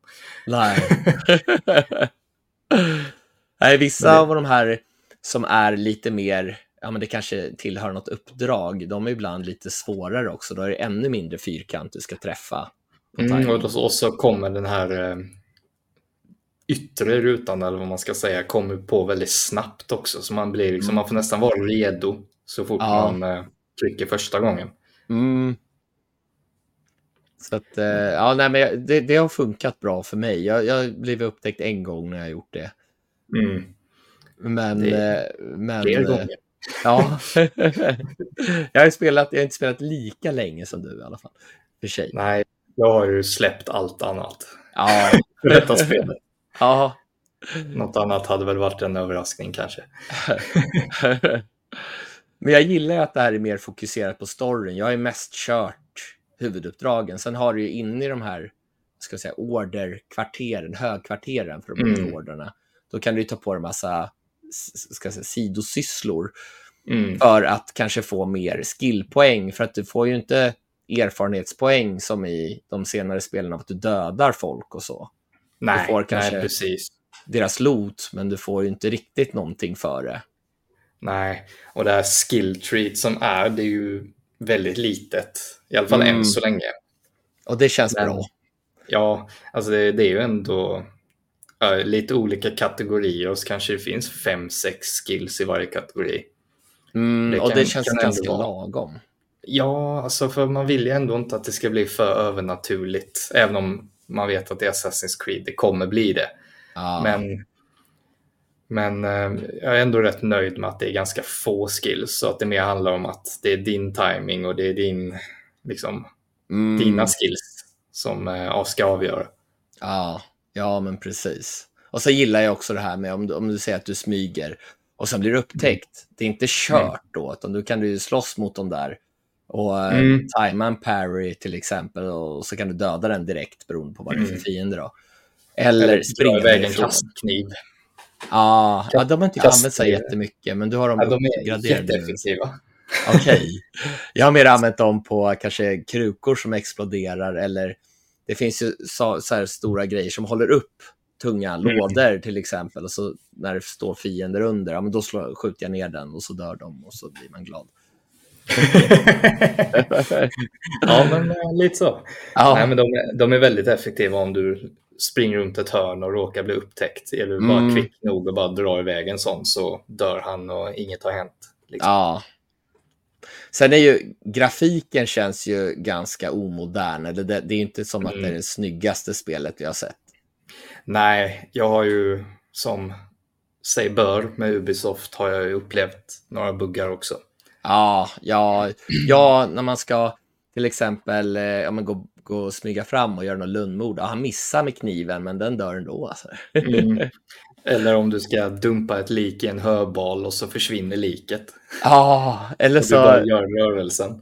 Nej, vissa av de här som är lite mer, men det kanske tillhör något uppdrag, de är ibland lite svårare också. Då är det ännu mindre fyrkant du ska träffa. Och så kommer den här yttre rutan, eller vad man ska säga, kommer på väldigt snabbt också. Så man blir liksom, man får nästan vara redo så fort man trycker första gången. Så att, nej, men det har funkat bra för mig. Jag har blivit upptäckt en gång när jag har gjort det. Men fler gånger. Ja. Jag har inte spelat lika länge som du i alla fall. För sig. Nej, jag har ju släppt allt annat. Ja. För detta spelet. Ja. Något annat hade väl varit en överraskning kanske. Men jag gillar att det här är mer fokuserat på storyn. Jag har ju mest kört huvuduppdragen. Sen har du ju inne i de här, ska jag säga, orderkvarteren, högkvarteren för de olika orderna. Då kan du ju ta på en massa, ska jag säga, sidosysslor för att kanske få mer skillpoäng. För att du får ju inte erfarenhetspoäng som i de senare spelen av att du dödar folk och så. Nej, du får kanske precis. Deras loot, men du får ju inte riktigt någonting för det. Nej, och det här skill treat som det är ju väldigt litet. I alla fall än så länge. Och det känns bra. Ja, alltså det är ju ändå lite olika kategorier, och så kanske det finns 5-6 skills i varje kategori. Och det känns ganska lagom. Ja, alltså för man vill ju ändå inte att det ska bli för övernaturligt, även om man vet att det är Assassin's Creed, det kommer bli det. Men jag är ändå rätt nöjd med att det är ganska få skills, så att det mer handlar om att det är din timing och det är din, liksom, dina skills som ska avgöra. Ja, men precis. Och så gillar jag också det här med om du säger att du smyger och sen blir det upptäckt. Det är inte kört då, utan du kan ju slåss mot dem där och tajma en parry till exempel, och så kan du döda den direkt beroende på vad det är för fiende då. Eller springa iväg en kastkniv. Ja, de har inte använt sig jättemycket, men du har dem graderade. Jätteeffektiva. Okej. Jag har mer använt dem på kanske krukor som exploderar, eller det finns ju så här stora grejer som håller upp tunga lådor till exempel, och så när det står fiender under, men då skjuter jag ner den och så dör de och så blir man glad. Ja, men lite så. Nej, men de är väldigt effektiva om du springer runt ett hörn och råkar bli upptäckt. Är du bara kvick nog och bara drar iväg en sån, så dör han och inget har hänt. Liksom. Ja. Sen är ju grafiken känns ju ganska omodern. Det är inte som att det är det snyggaste spelet vi har sett. Nej, jag har ju, som sig bör med Ubisoft, har jag ju upplevt några buggar också. Ja, när man ska till exempel gå och smyga fram och göra något lundmord. Han missar med kniven, men den dör ändå. Alltså. Eller om du ska dumpa ett lik i en höbal och så försvinner liket. Eller så... Och du bara gör rörelsen.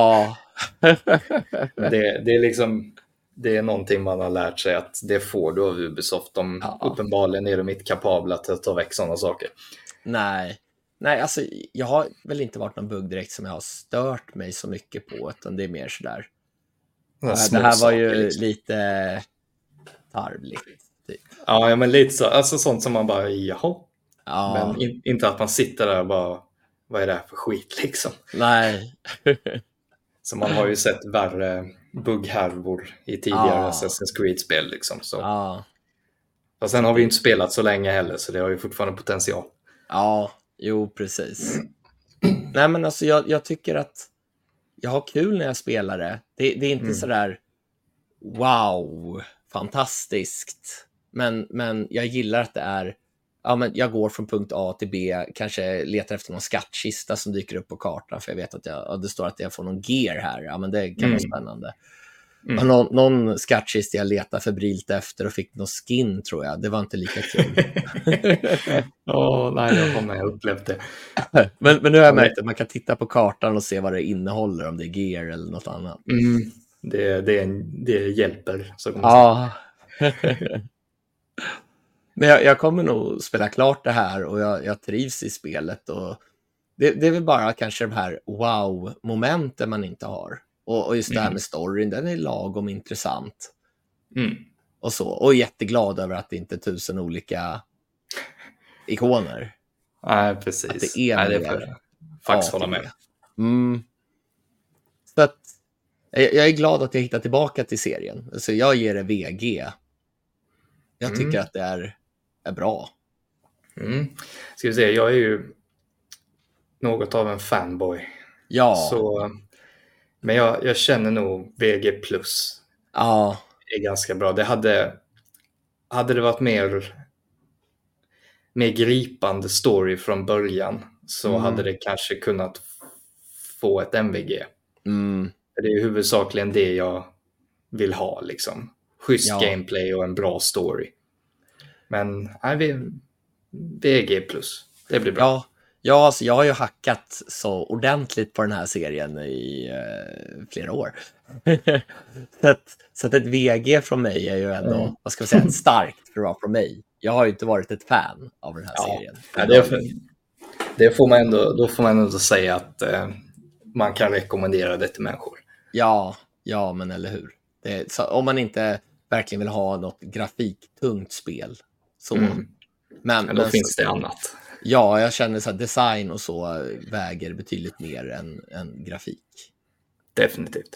Det är liksom... Det är någonting man har lärt sig att det får du av Ubisoft. Uppenbarligen är de inte kapabla att ta väck sådana saker. Nej, alltså jag har väl inte varit någon bugg direkt som jag har stört mig så mycket på, utan det är mer sådär. Det här var ju liksom lite tarvligt. Typ. Ja, men lite så. Alltså sånt som man bara, jaha. Men inte att man sitter där och bara, vad är det här för skit liksom? Nej. Så man har ju sett värre bugghärvor i tidigare Assassin's Creed-spel liksom. Så. Och sen har vi ju inte spelat så länge heller, så det har ju fortfarande potential. Jo, precis. Nej, men alltså jag tycker att jag har kul när jag spelar det. Det är inte sådär wow, fantastiskt. Men jag gillar att det är, men jag går från punkt A till B, kanske letar efter någon skattkista som dyker upp på kartan, för jag vet att det står att jag får någon gear här. Men det kan vara spännande. Någon skattkista jag letar febrilt efter och fick någon skin, tror jag. Det var inte lika kul. Nej, jag har med upplevt det. Men nu har jag märkt att man kan titta på kartan och se vad det innehåller, om det är gear eller något annat. Det hjälper. Så Men jag kommer nog spela klart det här, och jag trivs i spelet. Och det är väl bara kanske de här wow-momenten man inte har. Och just det här med storyn, den är lagom intressant. Och så. Och jätteglad över att det inte är 1000 olika ikoner. Nej, precis. Att det är det får faktiskt hålla med. Så att jag är glad att jag hittar tillbaka till serien. Så jag ger det VG. Jag tycker att det är bra. Ska vi se, jag är ju något av en fanboy. Ja. Så, men jag känner nog VG Plus är ganska bra. Det hade det varit mer gripande story från början så hade det kanske kunnat få ett MVG. Det är ju huvudsakligen det jag vill ha liksom. Schysst gameplay och en bra story. Men VG plus, det blir bra. Ja, alltså jag har ju hackat så ordentligt på den här serien i flera år. så att ett VG från mig är ju ändå, vad ska man säga, starkt för att vara från mig. Jag har ju inte varit ett fan av den här serien. Det får man ändå säga att man kan rekommendera det till människor. Ja, men eller hur? Så om man inte verkligen vill ha något grafiktungt spel så. Men då finns det annat. Ja, jag känner så att design och så väger betydligt mer än grafik. Definitivt.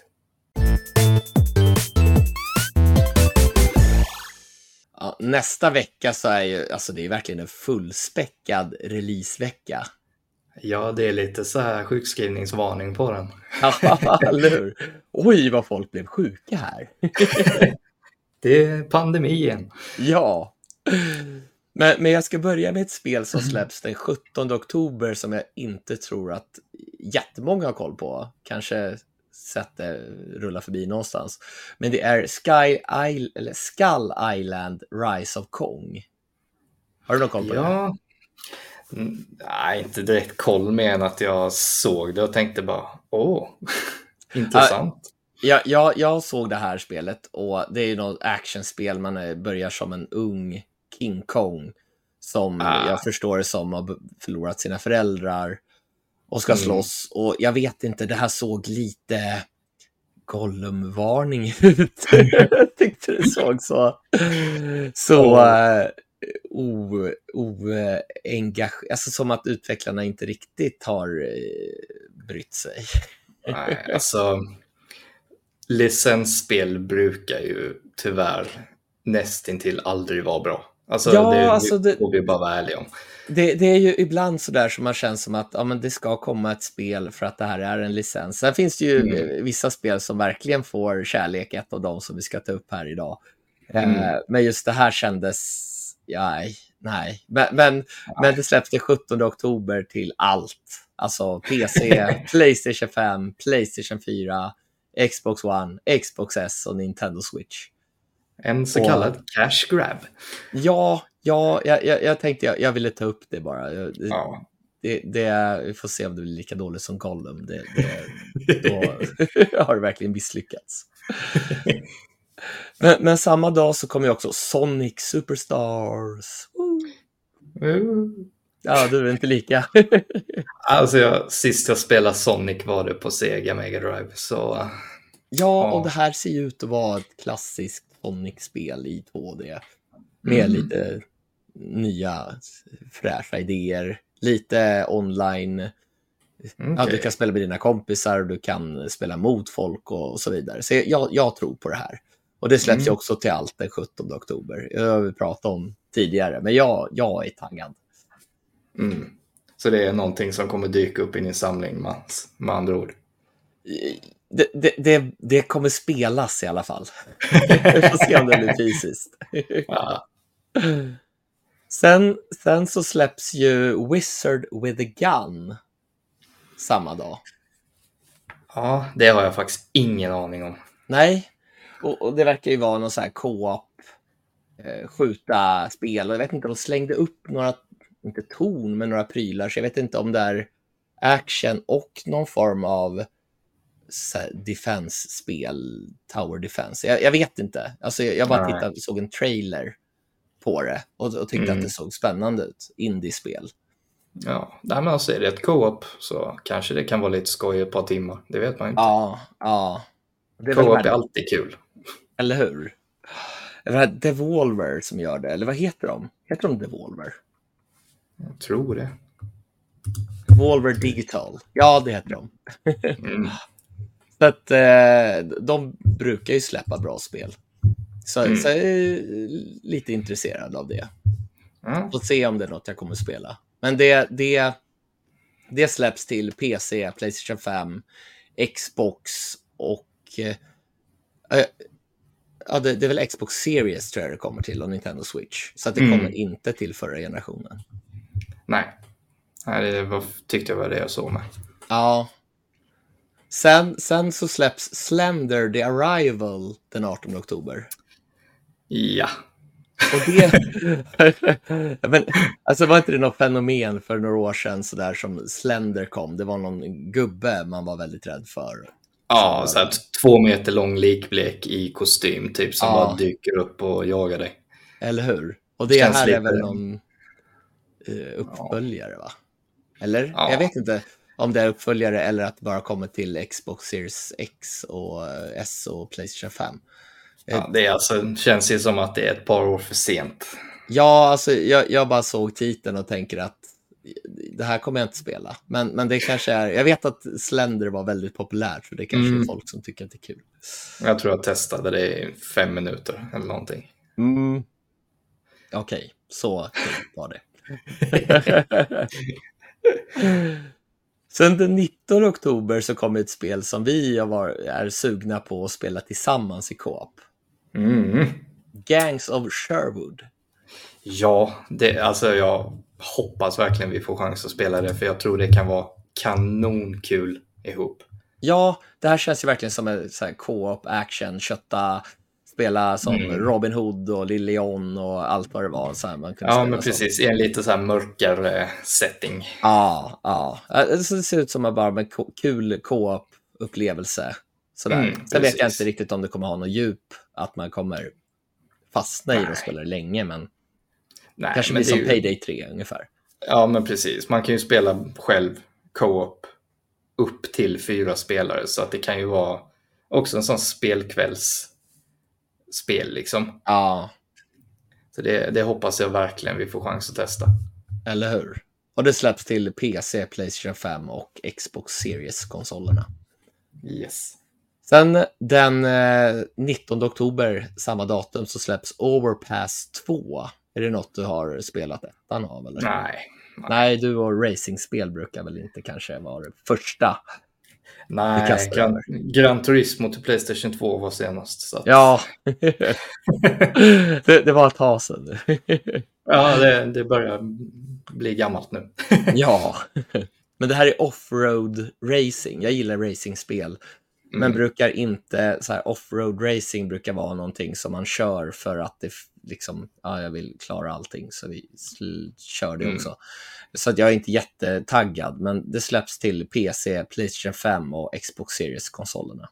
Ja, nästa vecka så är ju, alltså det är verkligen en fullspäckad releasevecka. Ja, det är lite så här sjukskrivningsvarning på den. Ja, eller hur? Oj, vad folk blev sjuka här. Det är pandemien. Ja. Men jag ska börja med ett spel som släpps den 17 oktober som jag inte tror att jättemånga har koll på. Kanske sett det rulla förbi någonstans. Men det är Skull Island Rise of Kong. Har du någon koll på det? Nej, inte direkt koll med än att jag såg det och tänkte bara, intressant. Jag såg det här spelet och det är ju något actionspel. Man börjar som en ung King Kong som jag förstår det som har förlorat sina föräldrar och ska slåss. Och jag vet inte, det här såg lite Gollum-varning ut. Jag tyckte det såg så alltså som att utvecklarna inte riktigt har brytt sig. Nej, alltså licensspel brukar ju tyvärr nästintill aldrig vara bra. Alltså, det får vi bara vara ärliga om. Det är ju ibland så där som man känns som att men det ska komma ett spel för att det här är en licens. Sen finns det ju vissa spel som verkligen får kärlek, ett av dem som vi ska ta upp här idag. Men just det här kändes nej. Men det släpps den 17 oktober till allt. Alltså PC, PlayStation 5, PlayStation 4, Xbox One, Xbox S och Nintendo Switch. En så kallad cash grab. Ja, jag tänkte jag ville ta upp det bara. Vi får se om det blir lika dåligt som Gollum. Då har det verkligen misslyckats. Men samma dag så kommer ju också Sonic Superstars. Ja, du är inte lika. Alltså sist jag spelade Sonic var det på Sega Mega Drive. Så, och det här ser ju ut att vara ett klassiskt Sonic-spel i 2D. Med lite nya fräscha idéer. Lite online. Ja, du kan spela med dina kompisar. Du kan spela mot folk och så vidare. Så jag tror på det här. Och det släpps ju också till allt den 17 oktober. Jag har vi pratat om tidigare. Men jag är taggad. Så det är någonting som kommer dyka upp i din samling med andra ord. Det kommer spelas i alla fall. Vi får se om det blir fysiskt. Sen så släpps ju Wizard with a Gun samma dag. Ja, det har jag faktiskt ingen aning om. Nej, och det verkar ju vara någon så här co-op skjuta spel. Och jag vet inte, de slängde upp några, inte torn, men några prylar. Så jag vet inte om det är action och någon form av defense-spel, tower defense. Jag vet inte. Alltså jag bara såg en trailer på det och tyckte att det såg spännande ut. Indie-spel. Ja, men alltså är det ett co-op så kanske det kan vara lite skoj ett par timmar. Det vet man inte. Ja. Co-op är alltid kul. Eller hur? Det är Devolver som gör det. Eller vad heter de? Heter de Devolver? Jag tror det. Devolver Digital. Ja, det heter de. Så att de brukar ju släppa bra spel. Så jag är lite intresserad av det. Får se om det är något jag kommer spela. Men det släpps till PC, PlayStation 5, Xbox och det är väl Xbox Series tror jag det kommer till och Nintendo Switch. Så att det kommer inte till förra generationen. Nej, det tyckte jag var det jag såg med. Ja. Sen så släpps Slender The Arrival den 18 oktober. Ja. Och det men, alltså var inte det något fenomen för några år sedan så där som Slender kom? Det var någon gubbe man var väldigt rädd för. Ja, så att 2 meter lång likblek i kostym typ som bara dyker upp och jagar dig. Eller hur? Och det här är väl någon uppföljare va? Eller? Ja. Jag vet inte om det är uppföljare eller att det bara kommer till Xbox Series X och S och PlayStation 5. Ja, det är alltså, känns ju som att det är ett par år för sent. Ja, alltså jag bara såg titeln och tänker att det här kommer jag inte spela. Men det kanske är... Jag vet att Slender var väldigt populärt för det kanske är folk som tycker att det är kul. Jag tror jag testade det i 5 minuter eller någonting. Okej, så kul var det. Sen den 19 oktober så kommer ett spel som vi är sugna på att spela tillsammans i co-op. Gangs of Sherwood. Ja, alltså jag hoppas verkligen vi får chans att spela det för jag tror det kan vara kanonkul ihop. Ja, det här känns ju verkligen som en så här co-op action, spela som Robin Hood och Lilion och allt vad det var. Så här, man kunde men precis, i en lite så här mörkare setting. Ja. Det ser ut som bara en kul co-op-upplevelse. Sen vet jag inte riktigt om det kommer ha något djup, att man kommer fastna i det och spela det länge, men kanske blir som Payday 3 ungefär. Ja, men precis. Man kan ju spela själv co-op upp till 4 spelare, så att det kan ju vara också en sån spelkvällsspel liksom. Ja. Så det hoppas jag verkligen vi får chans att testa. Eller hur? Och det släpps till PC, PlayStation 5 och Xbox Series-konsolerna. Yes. Sen den 19 oktober, samma datum, så släpps Overpass 2. Är det något du har spelat ettan av? Eller? Nej, du och racingspel brukar väl inte kanske vara det första. Nej, Gran Turismo till PlayStation 2 var senast. Så att... Ja, det var ett tag sedan. Ja, det börjar bli gammalt nu. Ja, men det här är offroad racing. Jag gillar racingspel. Men brukar inte, så här, offroad racing brukar vara någonting som man kör för att det liksom, jag vill klara allting så vi kör det också. Så att jag är inte jättetaggad, men det släpps till PC, PlayStation 5 och Xbox Series-konsolerna.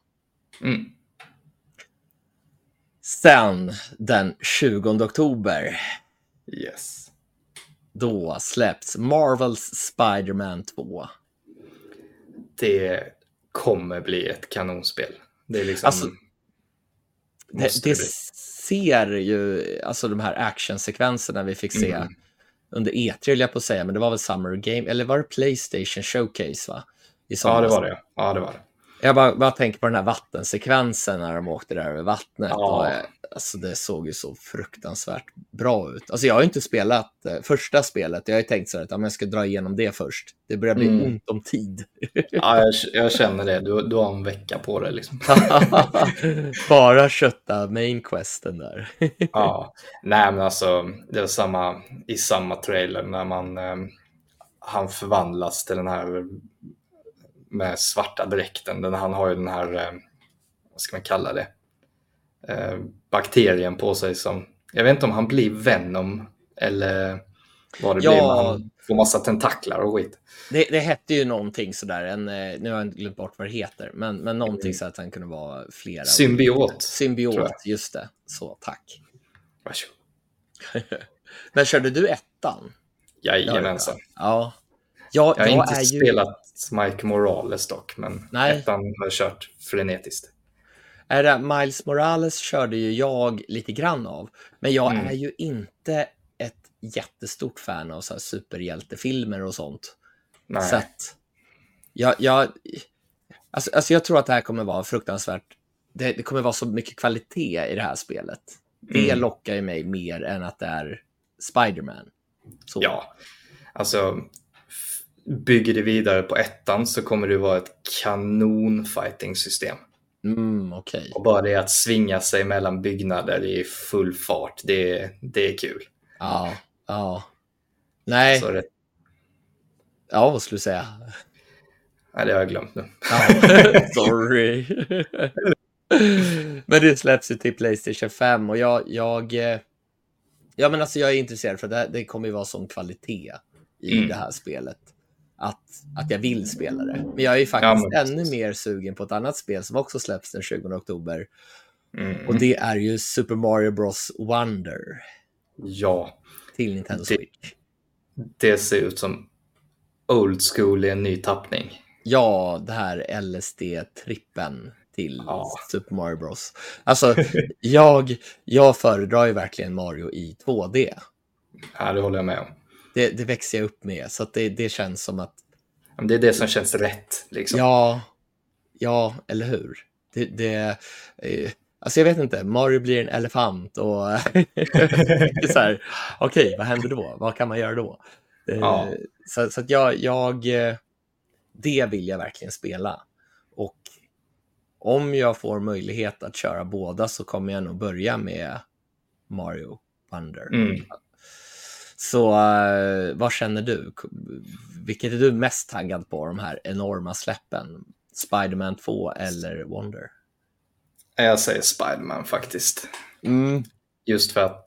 Sen den 20 oktober. Yes. Då släpps Marvels Spider-Man 2. Det kommer bli ett kanonspel. Det är liksom... Alltså, det ser ju... Alltså de här actionsekvenserna vi fick se under E3, vill jag på att säga, men det var väl Summer Game, eller var det PlayStation Showcase, va? Ja, det var det. Ja, det var det. Jag bara tänker på den här vattensekvensen när de åkte där över vattnet. Ja. Alltså det såg ju så fruktansvärt bra ut. Alltså jag har ju inte spelat första spelet. Jag har ju tänkt så att jag ska dra igenom det först. Det börjar bli ont om tid. Ja, jag känner det. Du har en vecka på det liksom. Bara kötta main questen där. Ja, nej men alltså det var i samma trailer när han förvandlas till den här med svarta dräkten. Han har ju den här, vad ska man kalla det? Bakterien på sig som, jag vet inte om han blir Venom eller vad det blir, men han får massa tentaklar och skit. Det hette ju någonting sådär, nu har jag inte glömt bort vad det heter, men någonting så att han kunde vara flera. Symbiot, just det. Så, tack. Varsågod. Men körde du ettan? Jajamensan. Ja. Jag har inte spelat Mike Morales dock, men ettan har jag kört frenetiskt. Miles Morales körde ju jag lite grann av, men jag är ju inte ett jättestort fan av så här superhjältefilmer och sånt. Nej. Så att jag tror att det här kommer vara fruktansvärt. Det kommer vara så mycket kvalitet i det här spelet. Det lockar ju mig mer än att det är Spider-Man. Så. Ja, alltså bygger det vidare på ettan så kommer det vara ett kanon fighting-system. Okej. Och bara det att svinga sig mellan byggnader i full fart, det är kul. Ja. Nej. Så det... Ja, vad skulle du säga? Nej, det har jag glömt nu. Sorry. Men det släpps ju till PlayStation 5 och jag är intresserad för det kommer ju vara sån kvalitet i det här spelet att jag vill spela det. Men jag är ju faktiskt ännu mer sugen på ett annat spel som också släpps den 20 oktober. Och det är ju Super Mario Bros. Wonder. Ja. Till Nintendo Switch. Det ser ut som old school i en ny tappning. Ja, det här LSD-trippen till Super Mario Bros. Alltså, jag föredrar ju verkligen Mario i 2D. Ja, det håller jag med om. Det växer jag upp med, så att det känns som att... Det är det som känns rätt, liksom. Ja, eller hur? Alltså jag vet inte, Mario blir en elefant och så här, okej, vad händer då? Vad kan man göra då? Så att jag det vill jag verkligen spela. Och om jag får möjlighet att köra båda så kommer jag nog börja med Mario Wonder. Så vad känner du? Vilket är du mest taggad på, de här enorma släppen? Spider-Man 2 eller Wonder? Jag säger Spider-Man faktiskt. Just för att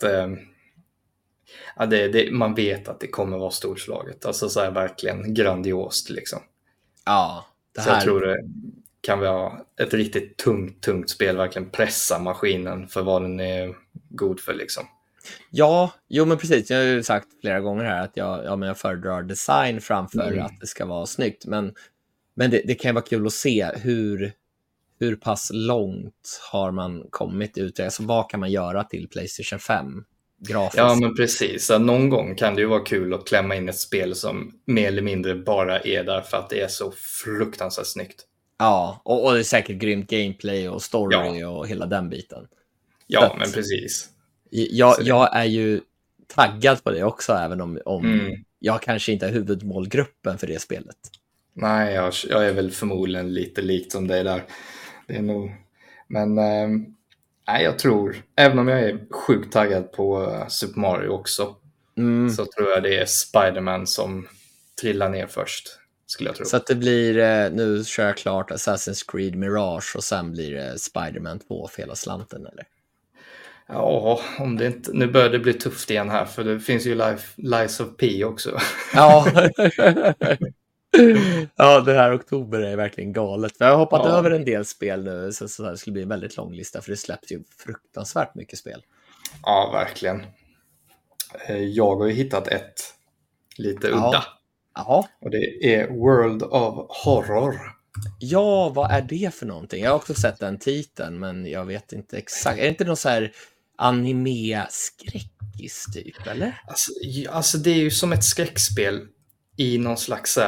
man vet att det kommer vara storslaget. Alltså så här verkligen grandiost liksom. Ja, så jag tror det kan vara ett riktigt tungt spel. Verkligen pressa maskinen för vad den är god för liksom. Ja, men precis. Jag har ju sagt flera gånger här att jag föredrar design framför att det ska vara snyggt. Men det kan vara kul att se hur pass långt har man kommit ut. Alltså vad kan man göra till PlayStation 5 grafiskt? Ja, men precis. Så någon gång kan det ju vara kul att klämma in ett spel som mer eller mindre bara är där för att det är så fruktansvärt snyggt. Ja, och det är säkert grymt gameplay och story och hela den biten. Ja, men precis. Jag är ju taggad på det också, även om jag kanske inte är huvudmålgruppen för det spelet. Nej, jag är väl förmodligen lite likt som dig där. Det är nog... Men nej, jag tror, även om jag är sjukt taggad på Super Mario också, så tror jag det är Spider-Man som trillar ner först, skulle jag tro. Så att det blir, nu kör jag klart Assassin's Creed Mirage och sen blir det Spider-Man 2 för hela slanten, eller? Ja, om det inte... Nu börjar det bli tufft igen här, för det finns ju Lies of P också. Ja. Ja, det här oktober är verkligen galet. För jag har hoppat över en del spel nu, så det skulle bli en väldigt lång lista, för det släpps ju fruktansvärt mycket spel. Ja, verkligen. Jag har ju hittat ett lite udda. Ja. Och det är World of Horror. Ja, vad är det för någonting? Jag har också sett den titeln, men jag vet inte exakt. Är det inte någon så här anime-skräckis typ, eller? Alltså det är ju som ett skräckspel i någon slags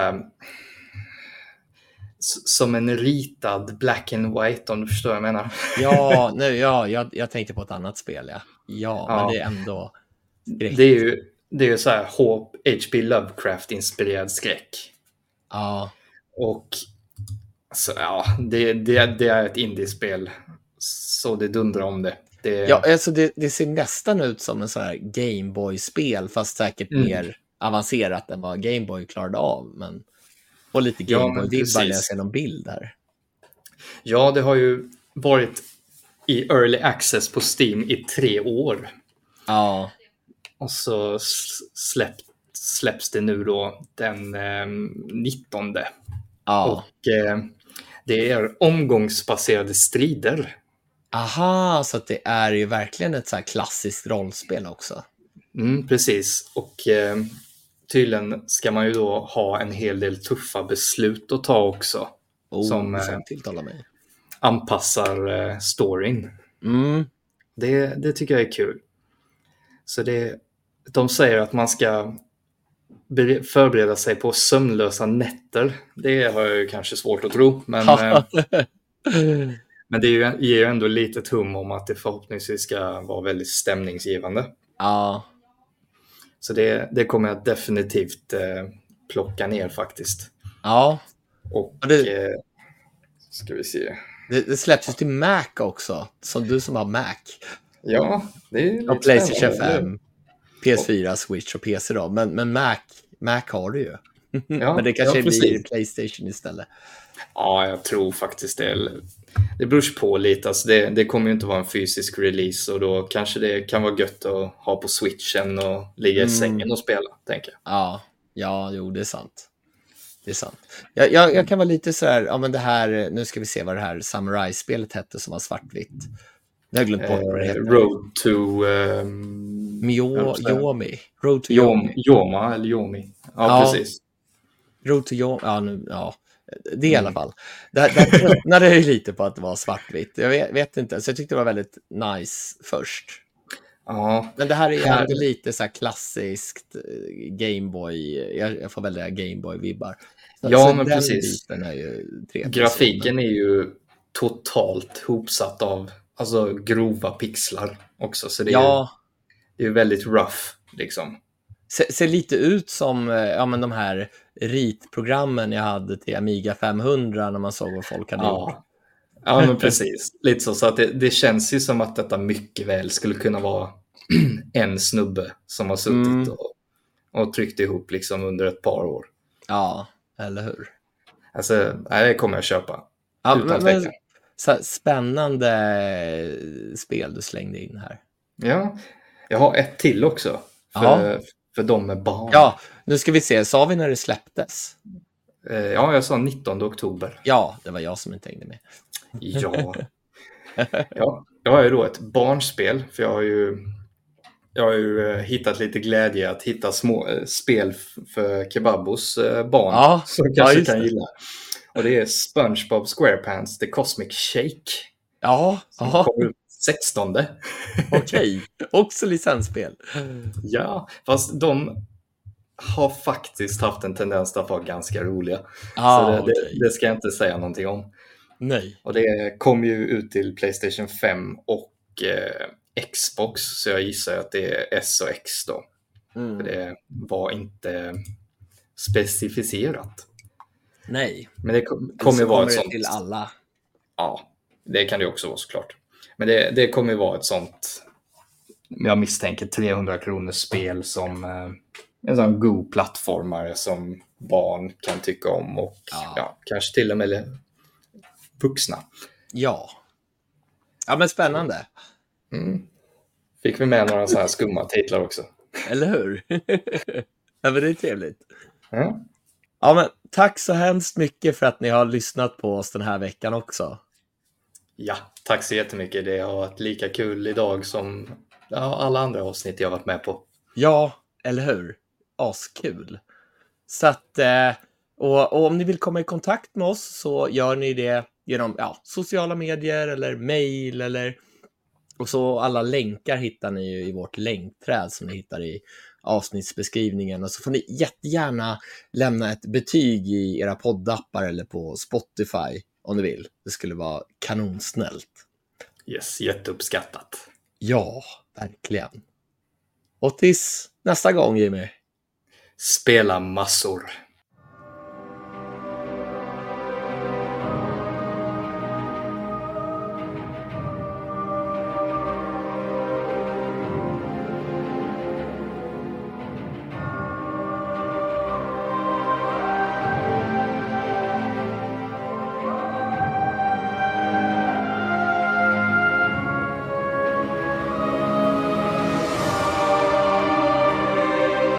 som en ritad black and white, om du förstår vad jag menar. Jag tänkte på ett annat spel, ja. Men det är ändå skräck. Det är ju så här H.P. Lovecraft-inspirerad skräck. Ja. Och alltså, det är ett indiespel, så det dundrar om det. Alltså det ser nästan ut som en sån här Gameboy-spel, fast säkert mer avancerat än vad Gameboy klarade av, men och lite Gameboy-vibbar när jag ser någon bild här. Ja, det har ju varit i early access på Steam i 3 år. Ja. Och så släpps det nu då den 19. Ja. Och det är omgångsbaserade strider. Aha, så att det är ju verkligen ett så här klassiskt rollspel också. Precis, och tydligen ska man ju då ha en hel del tuffa beslut att ta också. Som tilltalar mig. Anpassar storyn. Det tycker jag är kul. Så de säger att man ska förbereda sig på sömnlösa nätter. Det har jag ju kanske svårt att tro. Men Men det ger ju ändå lite hum om att det förhoppningsvis ska vara väldigt stämningsgivande. Ja. Så det kommer jag definitivt plocka ner faktiskt. Ja. Och ska vi se. Det släpps ju till Mac också, som du som har Mac. Ja, det är lite och PlayStation spännande. 5, PS4, Switch och PC då. Men Mac har du ju. Ja, men det kanske precis. blir PlayStation istället. Ja, jag tror faktiskt det. Det beror på lite. Alltså det kommer ju inte vara en fysisk release och då kanske det kan vara gött att ha på Switchen och ligga i sängen och spela, tänker jag. Ja, jo, det är sant. Det är sant. Jag kan vara lite så här, ja men det här, nu ska vi se vad det här Samurai-spelet hette som var svartvitt. Jag har glömt bort vad det heter. Road to... Yomi. Road to Yomi. Yoma eller Yomi. Ja, precis. Road to Yomi, det är i alla fall. Där tröttnade jag ju lite på att det var svartvitt. Jag vet inte, så jag tyckte det var väldigt nice först. Ja. Men det här är ändå lite så här klassiskt Gameboy. Jag får välja Gameboy-vibbar. Ja, men precis. Är ju grafiken är ju totalt hopsatt av grova pixlar också. Så det är ju väldigt rough liksom. Ser lite ut som men de här ritprogrammen jag hade till Amiga 500 när man såg vad folk hade gjort. Ja, men precis. Lite så att det känns ju som att detta mycket väl skulle kunna vara en snubbe som har suttit och tryckt ihop liksom under ett par år. Ja, eller hur? Alltså, det kommer jag köpa. Ja, men spännande spel du slängde in här. Ja, jag har ett till också. För de med barn. Ja, nu ska vi se. Sa vi när det släpptes? Ja, jag sa 19 oktober. Ja, det var jag som inte hängde med. Ja. Jag har ju då ett barnspel. För jag har ju hittat lite glädje att hitta små spel för Kebabos barn. Som kanske kan gilla. Och det är SpongeBob SquarePants The Cosmic Shake. Som kommer ut 16. Okej, också licensspel. Ja, fast de har faktiskt haft en tendens att vara ganska roliga. Det ska jag inte säga någonting om. Nej. Och det kom ju ut till PlayStation 5 och Xbox, så jag gissar att det är S och X då. För det var inte specificerat. Nej. Men det kommer ju vara ett sånt... till alla. Ja, det kan det också vara såklart. Men det kommer ju vara ett sånt, jag misstänker 300 kronor spel som en sån god plattformare som barn kan tycka om och kanske till och med vuxna. Ja, men spännande. Fick vi med några så här skumma titlar också. Eller hur? Ja, men det är trevligt. Ja, men tack så hemskt mycket för att ni har lyssnat på oss den här veckan också. Ja, tack så jättemycket. Det har varit lika kul idag som alla andra avsnitt jag har varit med på. Ja, eller hur? Askul. Så att, och om ni vill komma i kontakt med oss så gör ni det genom sociala medier eller mejl och så alla länkar hittar ni ju i vårt länkträd som ni hittar i avsnittsbeskrivningen, och så får ni jättegärna lämna ett betyg i era poddappar eller på Spotify om ni vill. Det skulle vara kanonsnällt. Yes, jätteuppskattat. Ja, verkligen. Och tills nästa gång, Jimmy. Spela massor.